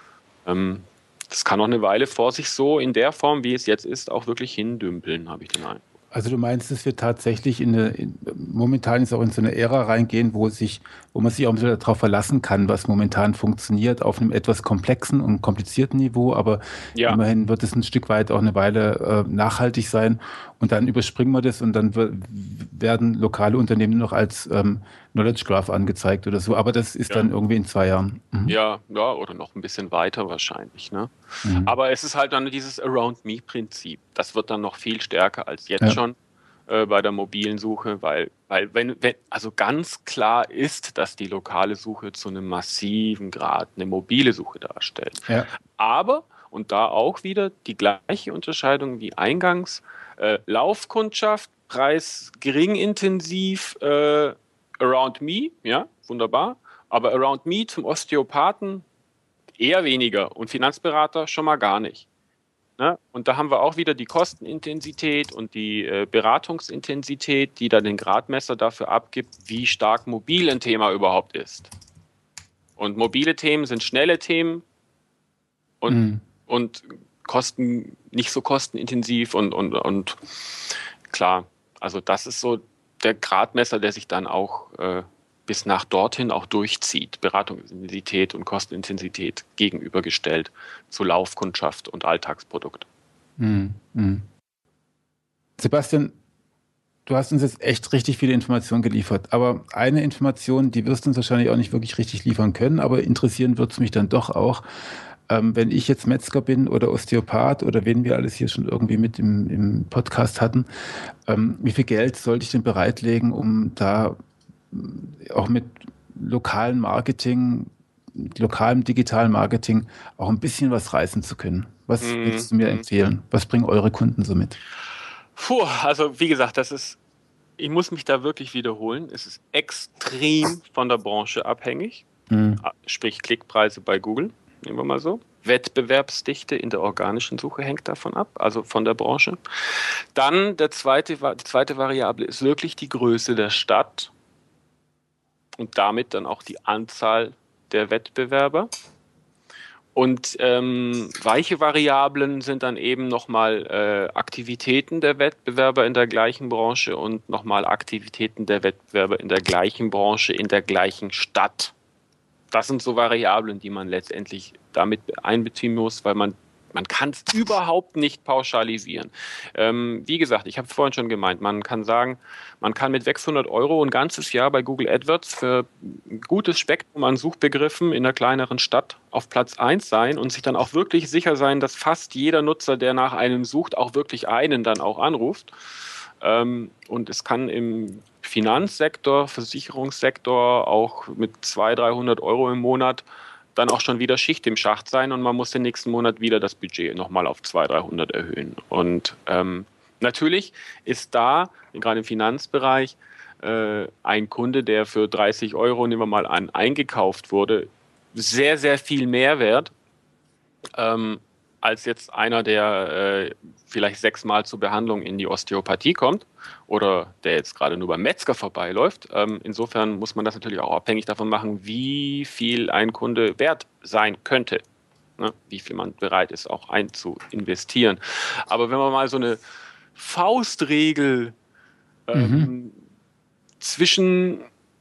[SPEAKER 4] das kann noch eine Weile vor sich so in der Form, wie es jetzt ist, auch wirklich hindümpeln, habe ich den Eindruck.
[SPEAKER 3] Also du meinst, dass wir tatsächlich momentan jetzt auch in so eine Ära reingehen, wo man sich auch ein bisschen darauf verlassen kann, was momentan funktioniert, auf einem etwas komplexen und komplizierten Niveau, aber immerhin wird es ein Stück weit auch eine Weile nachhaltig sein und dann überspringen wir das und dann werden lokale Unternehmen noch als Knowledge Graph angezeigt oder so, aber das ist dann irgendwie in 2 Jahren. Mhm.
[SPEAKER 4] Ja, oder noch ein bisschen weiter wahrscheinlich. Ne? Mhm. Aber es ist halt dann dieses Around-Me-Prinzip. Das wird dann noch viel stärker als jetzt schon bei der mobilen Suche, weil wenn also ganz klar ist, dass die lokale Suche zu einem massiven Grad eine mobile Suche darstellt. Ja. Aber, und da auch wieder die gleiche Unterscheidung wie eingangs, Laufkundschaft, Preis gering intensiv, Around Me, ja, wunderbar. Aber Around Me zum Osteopathen eher weniger und Finanzberater schon mal gar nicht. Ne? Und da haben wir auch wieder die Kostenintensität und die Beratungsintensität, die dann den Gradmesser dafür abgibt, wie stark mobil ein Thema überhaupt ist. Und mobile Themen sind schnelle Themen und Kosten nicht so kostenintensiv und klar, also das ist so der Gradmesser, der sich dann auch bis nach dorthin auch durchzieht. Beratungsintensität und Kostenintensität gegenübergestellt zu Laufkundschaft und Alltagsprodukt.
[SPEAKER 3] Sebastian, du hast uns jetzt echt richtig viele Informationen geliefert, aber eine Information, die wirst du uns wahrscheinlich auch nicht wirklich richtig liefern können, aber interessieren wird es mich dann doch auch. Wenn ich jetzt Metzger bin oder Osteopath oder wen wir alles hier schon irgendwie mit im Podcast hatten, wie viel Geld sollte ich denn bereitlegen, um da auch mit lokalem Marketing, lokalem digitalen Marketing auch ein bisschen was reißen zu können? Was würdest du mir empfehlen? Was bringen eure Kunden so mit?
[SPEAKER 4] Also wie gesagt, ich muss mich da wirklich wiederholen. Es ist extrem von der Branche abhängig, sprich Klickpreise bei Google. Nehmen wir mal so. Wettbewerbsdichte in der organischen Suche hängt davon ab, also von der Branche. Dann die zweite Variable ist wirklich die Größe der Stadt und damit dann auch die Anzahl der Wettbewerber. Und weiche Variablen sind dann eben nochmal Aktivitäten der Wettbewerber in der gleichen Branche und nochmal Aktivitäten der Wettbewerber in der gleichen Branche, in der gleichen Stadt. Das sind so Variablen, die man letztendlich damit einbeziehen muss, weil man kann es überhaupt nicht pauschalisieren. Wie gesagt, ich habe es vorhin schon gemeint, man kann sagen, man kann mit 600 € ein ganzes Jahr bei Google AdWords für ein gutes Spektrum an Suchbegriffen in einer kleineren Stadt auf Platz 1 sein und sich dann auch wirklich sicher sein, dass fast jeder Nutzer, der nach einem sucht, auch wirklich einen dann auch anruft. Und es kann im Finanzsektor, Versicherungssektor auch mit 200-300 € im Monat dann auch schon wieder Schicht im Schacht sein und man muss den nächsten Monat wieder das Budget nochmal auf 200-300 erhöhen. Und natürlich ist da, gerade im Finanzbereich, ein Kunde, der für 30 Euro, nehmen wir mal an, eingekauft wurde, sehr, sehr viel mehr wert, als jetzt einer, der vielleicht 6-mal zur Behandlung in die Osteopathie kommt oder der jetzt gerade nur beim Metzger vorbeiläuft. Insofern muss man das natürlich auch abhängig davon machen, wie viel ein Kunde wert sein könnte, ne? Wie viel man bereit ist, auch einzuinvestieren. Aber wenn man mal so eine Faustregel zwischen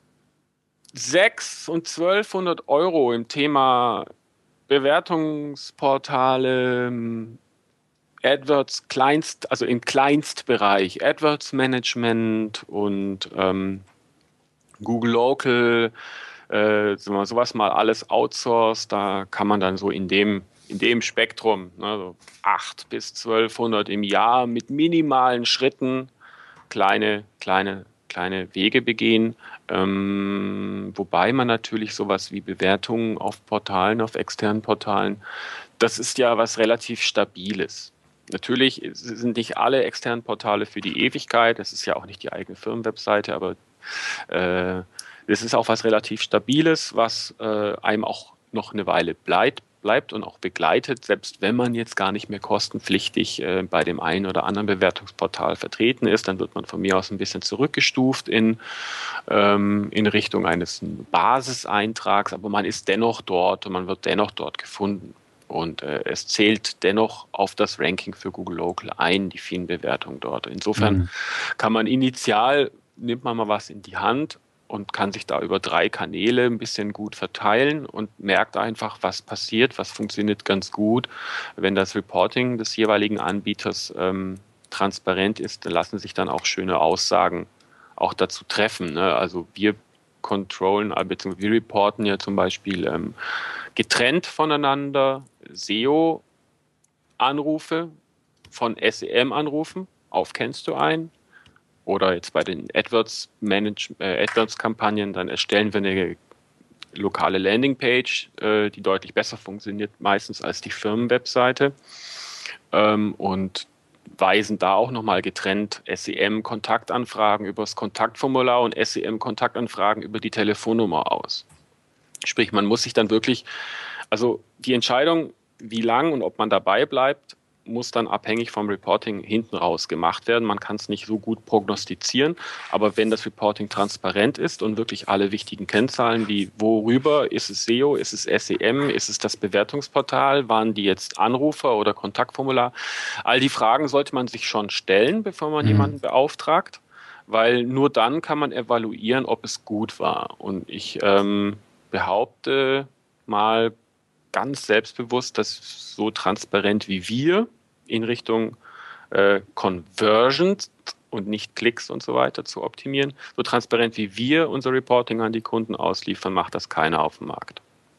[SPEAKER 4] 600 und 1200 Euro im Thema Bewertungsportale, AdWords also im Kleinstbereich, AdWords Management und Google Local, sowas mal alles outsourced, da kann man dann so in dem Spektrum, ne, so 800 bis 1200 im Jahr mit minimalen Schritten kleine Wege begehen, wobei man natürlich sowas wie Bewertungen auf Portalen, auf externen Portalen, das ist ja was relativ Stabiles. Natürlich sind nicht alle externen Portale für die Ewigkeit, das ist ja auch nicht die eigene Firmenwebseite, aber es ist auch was relativ Stabiles, was einem auch noch eine Weile bleibt und auch begleitet, selbst wenn man jetzt gar nicht mehr kostenpflichtig bei dem einen oder anderen Bewertungsportal vertreten ist, dann wird man von mir aus ein bisschen zurückgestuft in Richtung eines Basiseintrags, aber man ist dennoch dort und man wird dennoch dort gefunden. Und es zählt dennoch auf das Ranking für Google Local ein, die vielen Bewertungen dort. Insofern kann man nimmt man mal was in die Hand und kann sich da über 3 Kanäle ein bisschen gut verteilen und merkt einfach, was passiert, was funktioniert ganz gut. Wenn das Reporting des jeweiligen Anbieters transparent ist, dann lassen sich dann auch schöne Aussagen auch dazu treffen, ne? Also wir controllen, beziehungsweise wir reporten ja zum Beispiel getrennt voneinander SEO-Anrufe von SEM-Anrufen, kennst du einen? Oder jetzt bei den AdWords-Kampagnen, dann erstellen wir eine lokale Landingpage, die deutlich besser funktioniert meistens als die Firmenwebseite, und weisen da auch nochmal getrennt SEM-Kontaktanfragen über das Kontaktformular und SEM-Kontaktanfragen über die Telefonnummer aus. Sprich, man muss sich dann wirklich, also die Entscheidung, wie lang und ob man dabei bleibt, muss dann abhängig vom Reporting hinten raus gemacht werden. Man kann es nicht so gut prognostizieren, aber wenn das Reporting transparent ist und wirklich alle wichtigen Kennzahlen wie worüber, ist es SEO, ist es SEM, ist es das Bewertungsportal, waren die jetzt Anrufer oder Kontaktformular, all die Fragen sollte man sich schon stellen, bevor man jemanden beauftragt, weil nur dann kann man evaluieren, ob es gut war. Und ich behaupte mal ganz selbstbewusst, dass so transparent wie wir in Richtung Conversions und nicht Klicks und so weiter zu optimieren, so transparent wie wir unser Reporting an die Kunden ausliefern, macht das keiner auf dem Markt.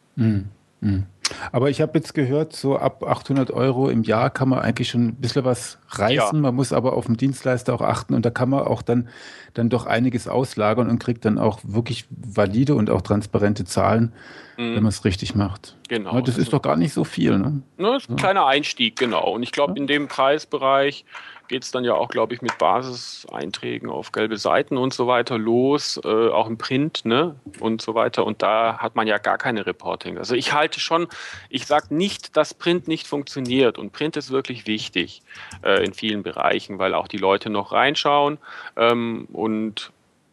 [SPEAKER 3] Aber ich habe jetzt gehört, so ab 800 Euro im Jahr kann man eigentlich schon ein bisschen was reißen. Ja. Man muss aber auf den Dienstleister auch achten und da kann man auch dann doch einiges auslagern und kriegt dann auch wirklich valide und auch transparente Zahlen, wenn man es richtig macht.
[SPEAKER 4] Genau.
[SPEAKER 3] Ja, das ist doch gar nicht so viel, ne?
[SPEAKER 4] Das ist ein kleiner Einstieg, genau. Und ich glaube, in dem Preisbereich geht es dann ja auch, glaube ich, mit Basiseinträgen auf gelbe Seiten und so weiter los, auch im Print, ne, und so weiter. Und da hat man ja gar keine Reporting. Also ich sage nicht, dass Print nicht funktioniert. Und Print ist wirklich wichtig in vielen Bereichen, weil auch die Leute noch reinschauen. Und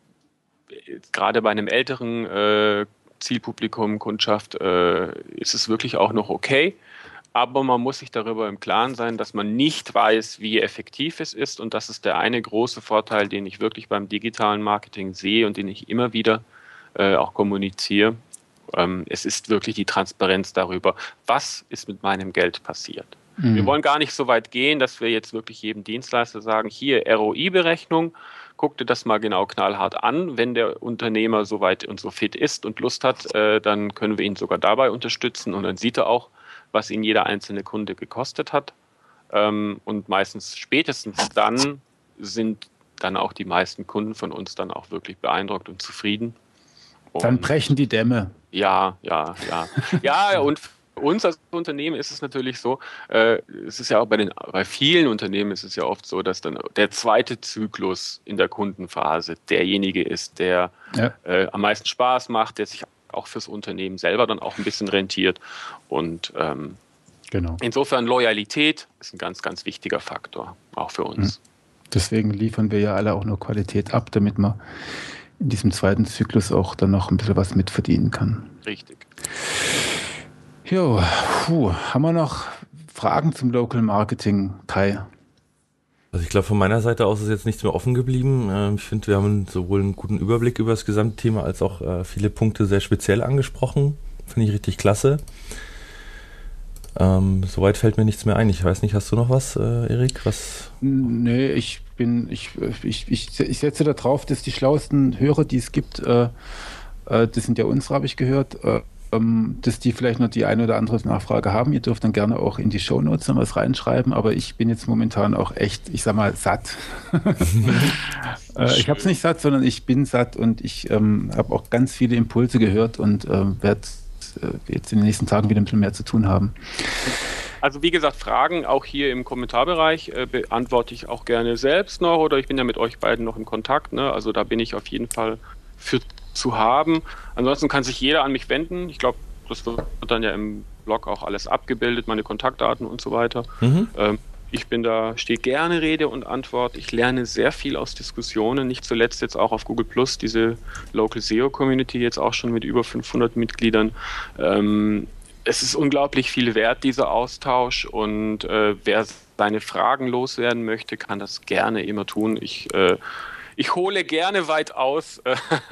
[SPEAKER 4] gerade bei einem älteren Zielpublikum, Kundschaft, ist es wirklich auch noch okay. Aber man muss sich darüber im Klaren sein, dass man nicht weiß, wie effektiv es ist. Und das ist der eine große Vorteil, den ich wirklich beim digitalen Marketing sehe und den ich immer wieder auch kommuniziere. Es ist wirklich die Transparenz darüber, was ist mit meinem Geld passiert. Wir wollen gar nicht so weit gehen, dass wir jetzt wirklich jedem Dienstleister sagen, hier ROI-Berechnung, guck dir das mal genau knallhart an. Wenn der Unternehmer so weit und so fit ist und Lust hat, dann können wir ihn sogar dabei unterstützen und dann sieht er auch, was ihn jeder einzelne Kunde gekostet hat. Und meistens spätestens dann sind dann auch die meisten Kunden von uns dann auch wirklich beeindruckt und zufrieden.
[SPEAKER 3] Dann brechen die Dämme.
[SPEAKER 4] Ja. Ja, und für uns als Unternehmen ist es natürlich so, es ist ja auch bei vielen Unternehmen ist es ja oft so, dass dann der zweite Zyklus in der Kundenphase derjenige ist, der am meisten Spaß macht, der sich auch fürs Unternehmen selber dann auch ein bisschen rentiert. Und
[SPEAKER 3] Genau.
[SPEAKER 4] insofern Loyalität ist ein ganz, ganz wichtiger Faktor, auch für uns.
[SPEAKER 3] Deswegen liefern wir ja alle auch nur Qualität ab, damit man in diesem zweiten Zyklus auch dann noch ein bisschen was mitverdienen kann.
[SPEAKER 4] Richtig.
[SPEAKER 3] Jo, haben wir noch Fragen zum Local Marketing, Kai?
[SPEAKER 2] Also ich glaube, von meiner Seite aus ist jetzt nichts mehr offen geblieben. Ich finde, wir haben sowohl einen guten Überblick über das gesamte Thema als auch viele Punkte sehr speziell angesprochen. Finde ich richtig klasse. Soweit fällt mir nichts mehr ein. Ich weiß nicht, hast du noch was, Erik?
[SPEAKER 3] Nee, ich setze da drauf, dass die schlauesten Hörer, die es gibt, das sind ja unsere, habe ich gehört, dass die vielleicht noch die eine oder andere Nachfrage haben. Ihr dürft dann gerne auch in die Shownotes noch was reinschreiben, aber ich bin jetzt momentan auch echt, ich sag mal, satt. Ich habe es nicht satt, sondern ich bin satt und ich habe auch ganz viele Impulse gehört und werde jetzt in den nächsten Tagen wieder ein bisschen mehr zu tun haben.
[SPEAKER 4] Also wie gesagt, Fragen auch hier im Kommentarbereich beantworte ich auch gerne selbst noch oder ich bin ja mit euch beiden noch in Kontakt. Ne? Also da bin ich auf jeden Fall für zu haben. Ansonsten kann sich jeder an mich wenden. Ich glaube, das wird dann ja im Blog auch alles abgebildet, meine Kontaktdaten und so weiter. Ich stehe gerne Rede und Antwort. Ich lerne sehr viel aus Diskussionen, nicht zuletzt jetzt auch auf Google Plus, diese Local SEO Community jetzt auch schon mit über 500 Mitgliedern. Es ist unglaublich viel wert, dieser Austausch und wer seine Fragen loswerden möchte, kann das gerne immer tun. Ich hole gerne weit aus,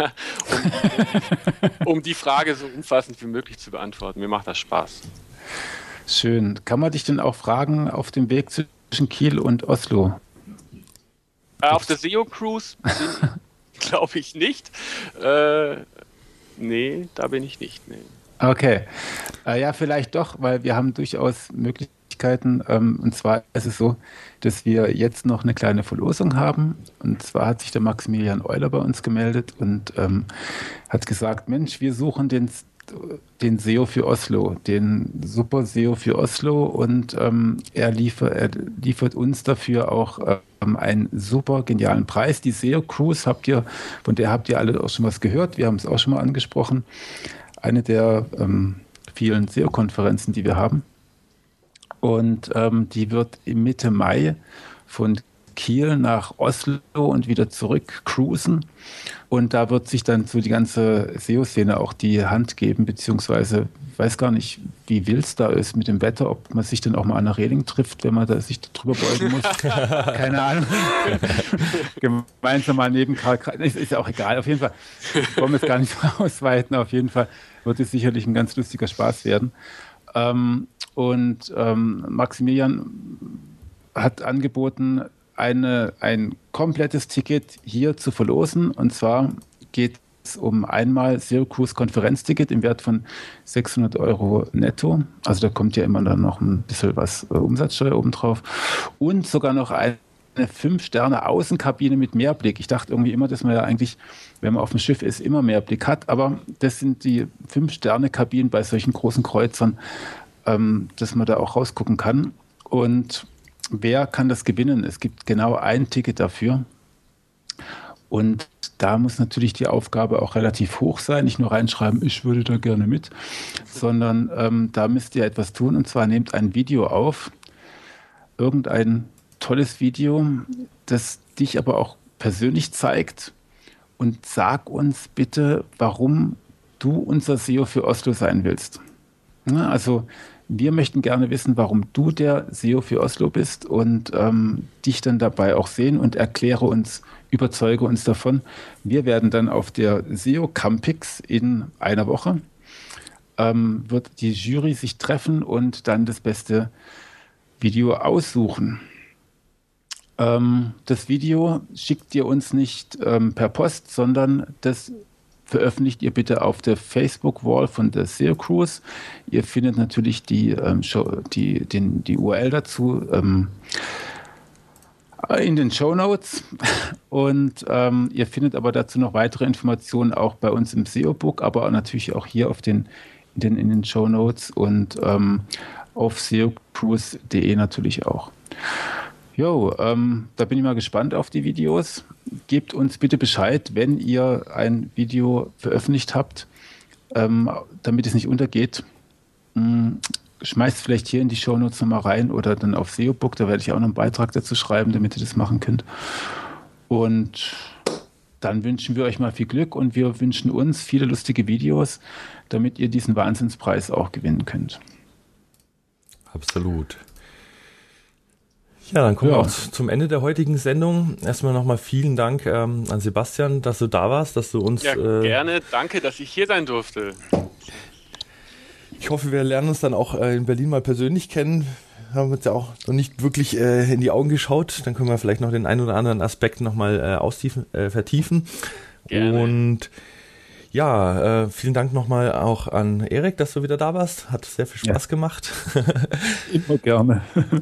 [SPEAKER 4] um die Frage so umfassend wie möglich zu beantworten. Mir macht das Spaß.
[SPEAKER 3] Schön. Kann man dich denn auch fragen auf dem Weg zwischen Kiel und Oslo?
[SPEAKER 4] Auf der SEO-Cruise glaube ich nicht. Nee, da bin ich nicht. Nee.
[SPEAKER 3] Okay. Ja, vielleicht doch, weil wir haben durchaus Möglichkeiten. Und zwar ist es so, dass wir jetzt noch eine kleine Verlosung haben. Und zwar hat sich der Maximilian Euler bei uns gemeldet und hat gesagt, Mensch, wir suchen den SEO für Oslo, den super SEO für Oslo und er liefert uns dafür auch einen super genialen Preis. Die SEO Cruise von der habt ihr alle auch schon was gehört. Wir haben es auch schon mal angesprochen. Eine der vielen SEO-Konferenzen, die wir haben. Und die wird im Mitte Mai von Kiel nach Oslo und wieder zurück cruisen. Und da wird sich dann so die ganze SEO-Szene auch die Hand geben, beziehungsweise ich weiß gar nicht, wie wild es da ist mit dem Wetter, ob man sich dann auch mal an der Reling trifft, wenn man da sich drüber beugen muss. Keine Ahnung. Gemeinsam mal neben Karl Kreis. Ist ja auch egal. Auf jeden Fall, wollen wir es gar nicht ausweiten. Auf jeden Fall wird es sicherlich ein ganz lustiger Spaß werden. Maximilian hat angeboten, ein komplettes Ticket hier zu verlosen. Und zwar geht es um einmal SEO Cruise Konferenzticket im Wert von 600 € netto. Also da kommt ja immer dann noch ein bisschen was Umsatzsteuer obendrauf. Und sogar noch eine 5-Sterne-Außenkabine mit Mehrblick. Ich dachte irgendwie immer, dass man ja eigentlich, wenn man auf dem Schiff ist, immer Mehrblick hat. Aber das sind die 5-Sterne-Kabinen bei solchen großen Kreuzern, dass man da auch rausgucken kann. Und wer kann das gewinnen? Es gibt genau ein Ticket dafür. Und da muss natürlich die Aufgabe auch relativ hoch sein. Nicht nur reinschreiben, ich würde da gerne mit, sondern da müsst ihr etwas tun. Und zwar nehmt ein Video auf, irgendein tolles Video, das dich aber auch persönlich zeigt. Und sag uns bitte, warum du unser SEO für Oslo sein willst. Ja, also wir möchten gerne wissen, warum du der SEO für Oslo bist und dich dann dabei auch sehen und überzeuge uns davon. Wir werden dann auf der SEO Campix in einer Woche, wird die Jury sich treffen und dann das beste Video aussuchen. Das Video schickt ihr uns nicht per Post, sondern das veröffentlicht ihr bitte auf der Facebook-Wall von der SEO Cruise. Ihr findet natürlich die URL dazu In den Shownotes. Und ihr findet aber dazu noch weitere Informationen auch bei uns im SEO-Book, aber natürlich auch hier in den Shownotes und auf seocruise.de natürlich auch. Jo, da bin ich mal gespannt auf die Videos. Gebt uns bitte Bescheid, wenn ihr ein Video veröffentlicht habt, damit es nicht untergeht. Schmeißt vielleicht hier in die Shownotes nochmal rein oder dann auf SEO-Book, da werde ich auch noch einen Beitrag dazu schreiben, damit ihr das machen könnt. Und dann wünschen wir euch mal viel Glück und wir wünschen uns viele lustige Videos, damit ihr diesen Wahnsinnspreis auch gewinnen könnt.
[SPEAKER 2] Absolut. Ja, dann kommen wir auch zum Ende der heutigen Sendung. Erstmal nochmal vielen Dank an Sebastian, dass du da warst, dass du uns...
[SPEAKER 4] Ja, gerne. Danke, dass ich hier sein durfte.
[SPEAKER 2] Ich hoffe, wir lernen uns dann auch in Berlin mal persönlich kennen. Haben uns ja auch noch nicht wirklich in die Augen geschaut. Dann können wir vielleicht noch den einen oder anderen Aspekt nochmal vertiefen.
[SPEAKER 4] Gerne.
[SPEAKER 2] Und ja, vielen Dank nochmal auch an Erik, dass du wieder da warst. Hat sehr viel Spaß gemacht.
[SPEAKER 3] Immer gerne.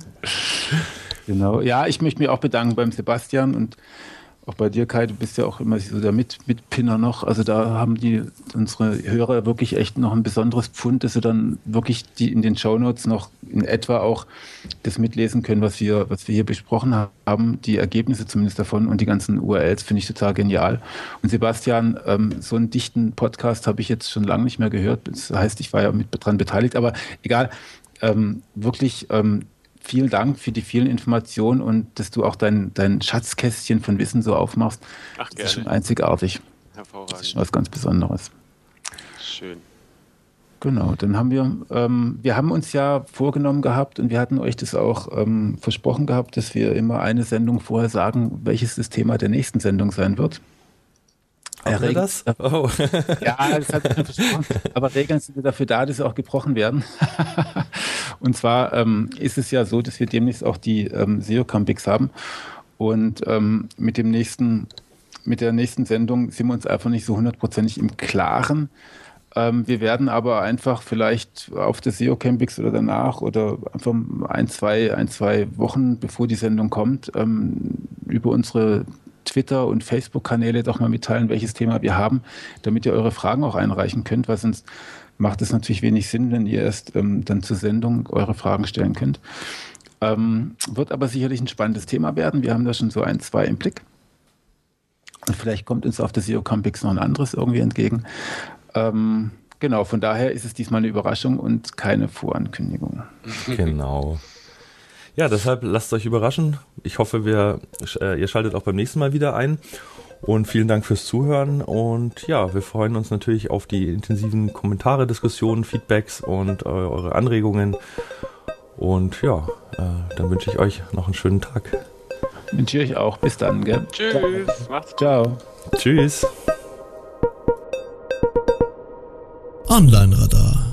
[SPEAKER 3] Genau. Ja, ich möchte mich auch bedanken beim Sebastian und auch bei dir, Kai. Du bist ja auch immer so der Mitpinner noch. Also da haben unsere Hörer wirklich echt noch ein besonderes Pfund, dass sie dann wirklich in den Shownotes noch in etwa auch das mitlesen können, was wir hier besprochen haben. Die Ergebnisse zumindest davon und die ganzen URLs finde ich total genial. Und Sebastian, so einen dichten Podcast habe ich jetzt schon lange nicht mehr gehört. Das heißt, ich war ja mit dran beteiligt, aber egal. Wirklich vielen Dank für die vielen Informationen und dass du auch dein Schatzkästchen von Wissen so aufmachst.
[SPEAKER 4] Ach,
[SPEAKER 3] das ist schon einzigartig.
[SPEAKER 4] Hervorragend.
[SPEAKER 3] Das ist schon was ganz Besonderes.
[SPEAKER 4] Schön.
[SPEAKER 3] Genau, dann haben wir haben uns ja vorgenommen gehabt und wir hatten euch das auch versprochen gehabt, dass wir immer eine Sendung vorher sagen, welches das Thema der nächsten Sendung sein wird.
[SPEAKER 2] Haben wir das? Oh.
[SPEAKER 3] Ja, das hat man versprochen. Aber Regeln sind dafür da, dass sie auch gebrochen werden. Und zwar ist es ja so, dass wir demnächst auch die SEO-Campings haben. Und mit der nächsten Sendung sind wir uns einfach nicht so hundertprozentig im Klaren. Wir werden aber einfach vielleicht auf der SEO-Campings oder danach oder einfach ein, zwei Wochen, bevor die Sendung kommt, über unsere Twitter- und Facebook-Kanäle doch mal mitteilen, welches Thema wir haben, damit ihr eure Fragen auch einreichen könnt, weil sonst macht es natürlich wenig Sinn, wenn ihr erst dann zur Sendung eure Fragen stellen könnt. Wird aber sicherlich ein spannendes Thema werden. Wir haben da schon so ein, zwei im Blick. Und vielleicht kommt uns auf der SEO-Campings noch ein anderes irgendwie entgegen. Genau, von daher ist es diesmal eine Überraschung und keine Vorankündigung.
[SPEAKER 2] Genau. Ja, deshalb lasst euch überraschen. Ich hoffe, ihr schaltet auch beim nächsten Mal wieder ein. Und vielen Dank fürs Zuhören. Und ja, wir freuen uns natürlich auf die intensiven Kommentare, Diskussionen, Feedbacks und eure Anregungen. Und ja, dann wünsche ich euch noch einen schönen Tag.
[SPEAKER 3] Wünsche ich euch auch. Bis dann, gell?
[SPEAKER 4] Tschüss. Macht's gut.
[SPEAKER 3] Ciao.
[SPEAKER 2] Tschüss.
[SPEAKER 1] Online Radar.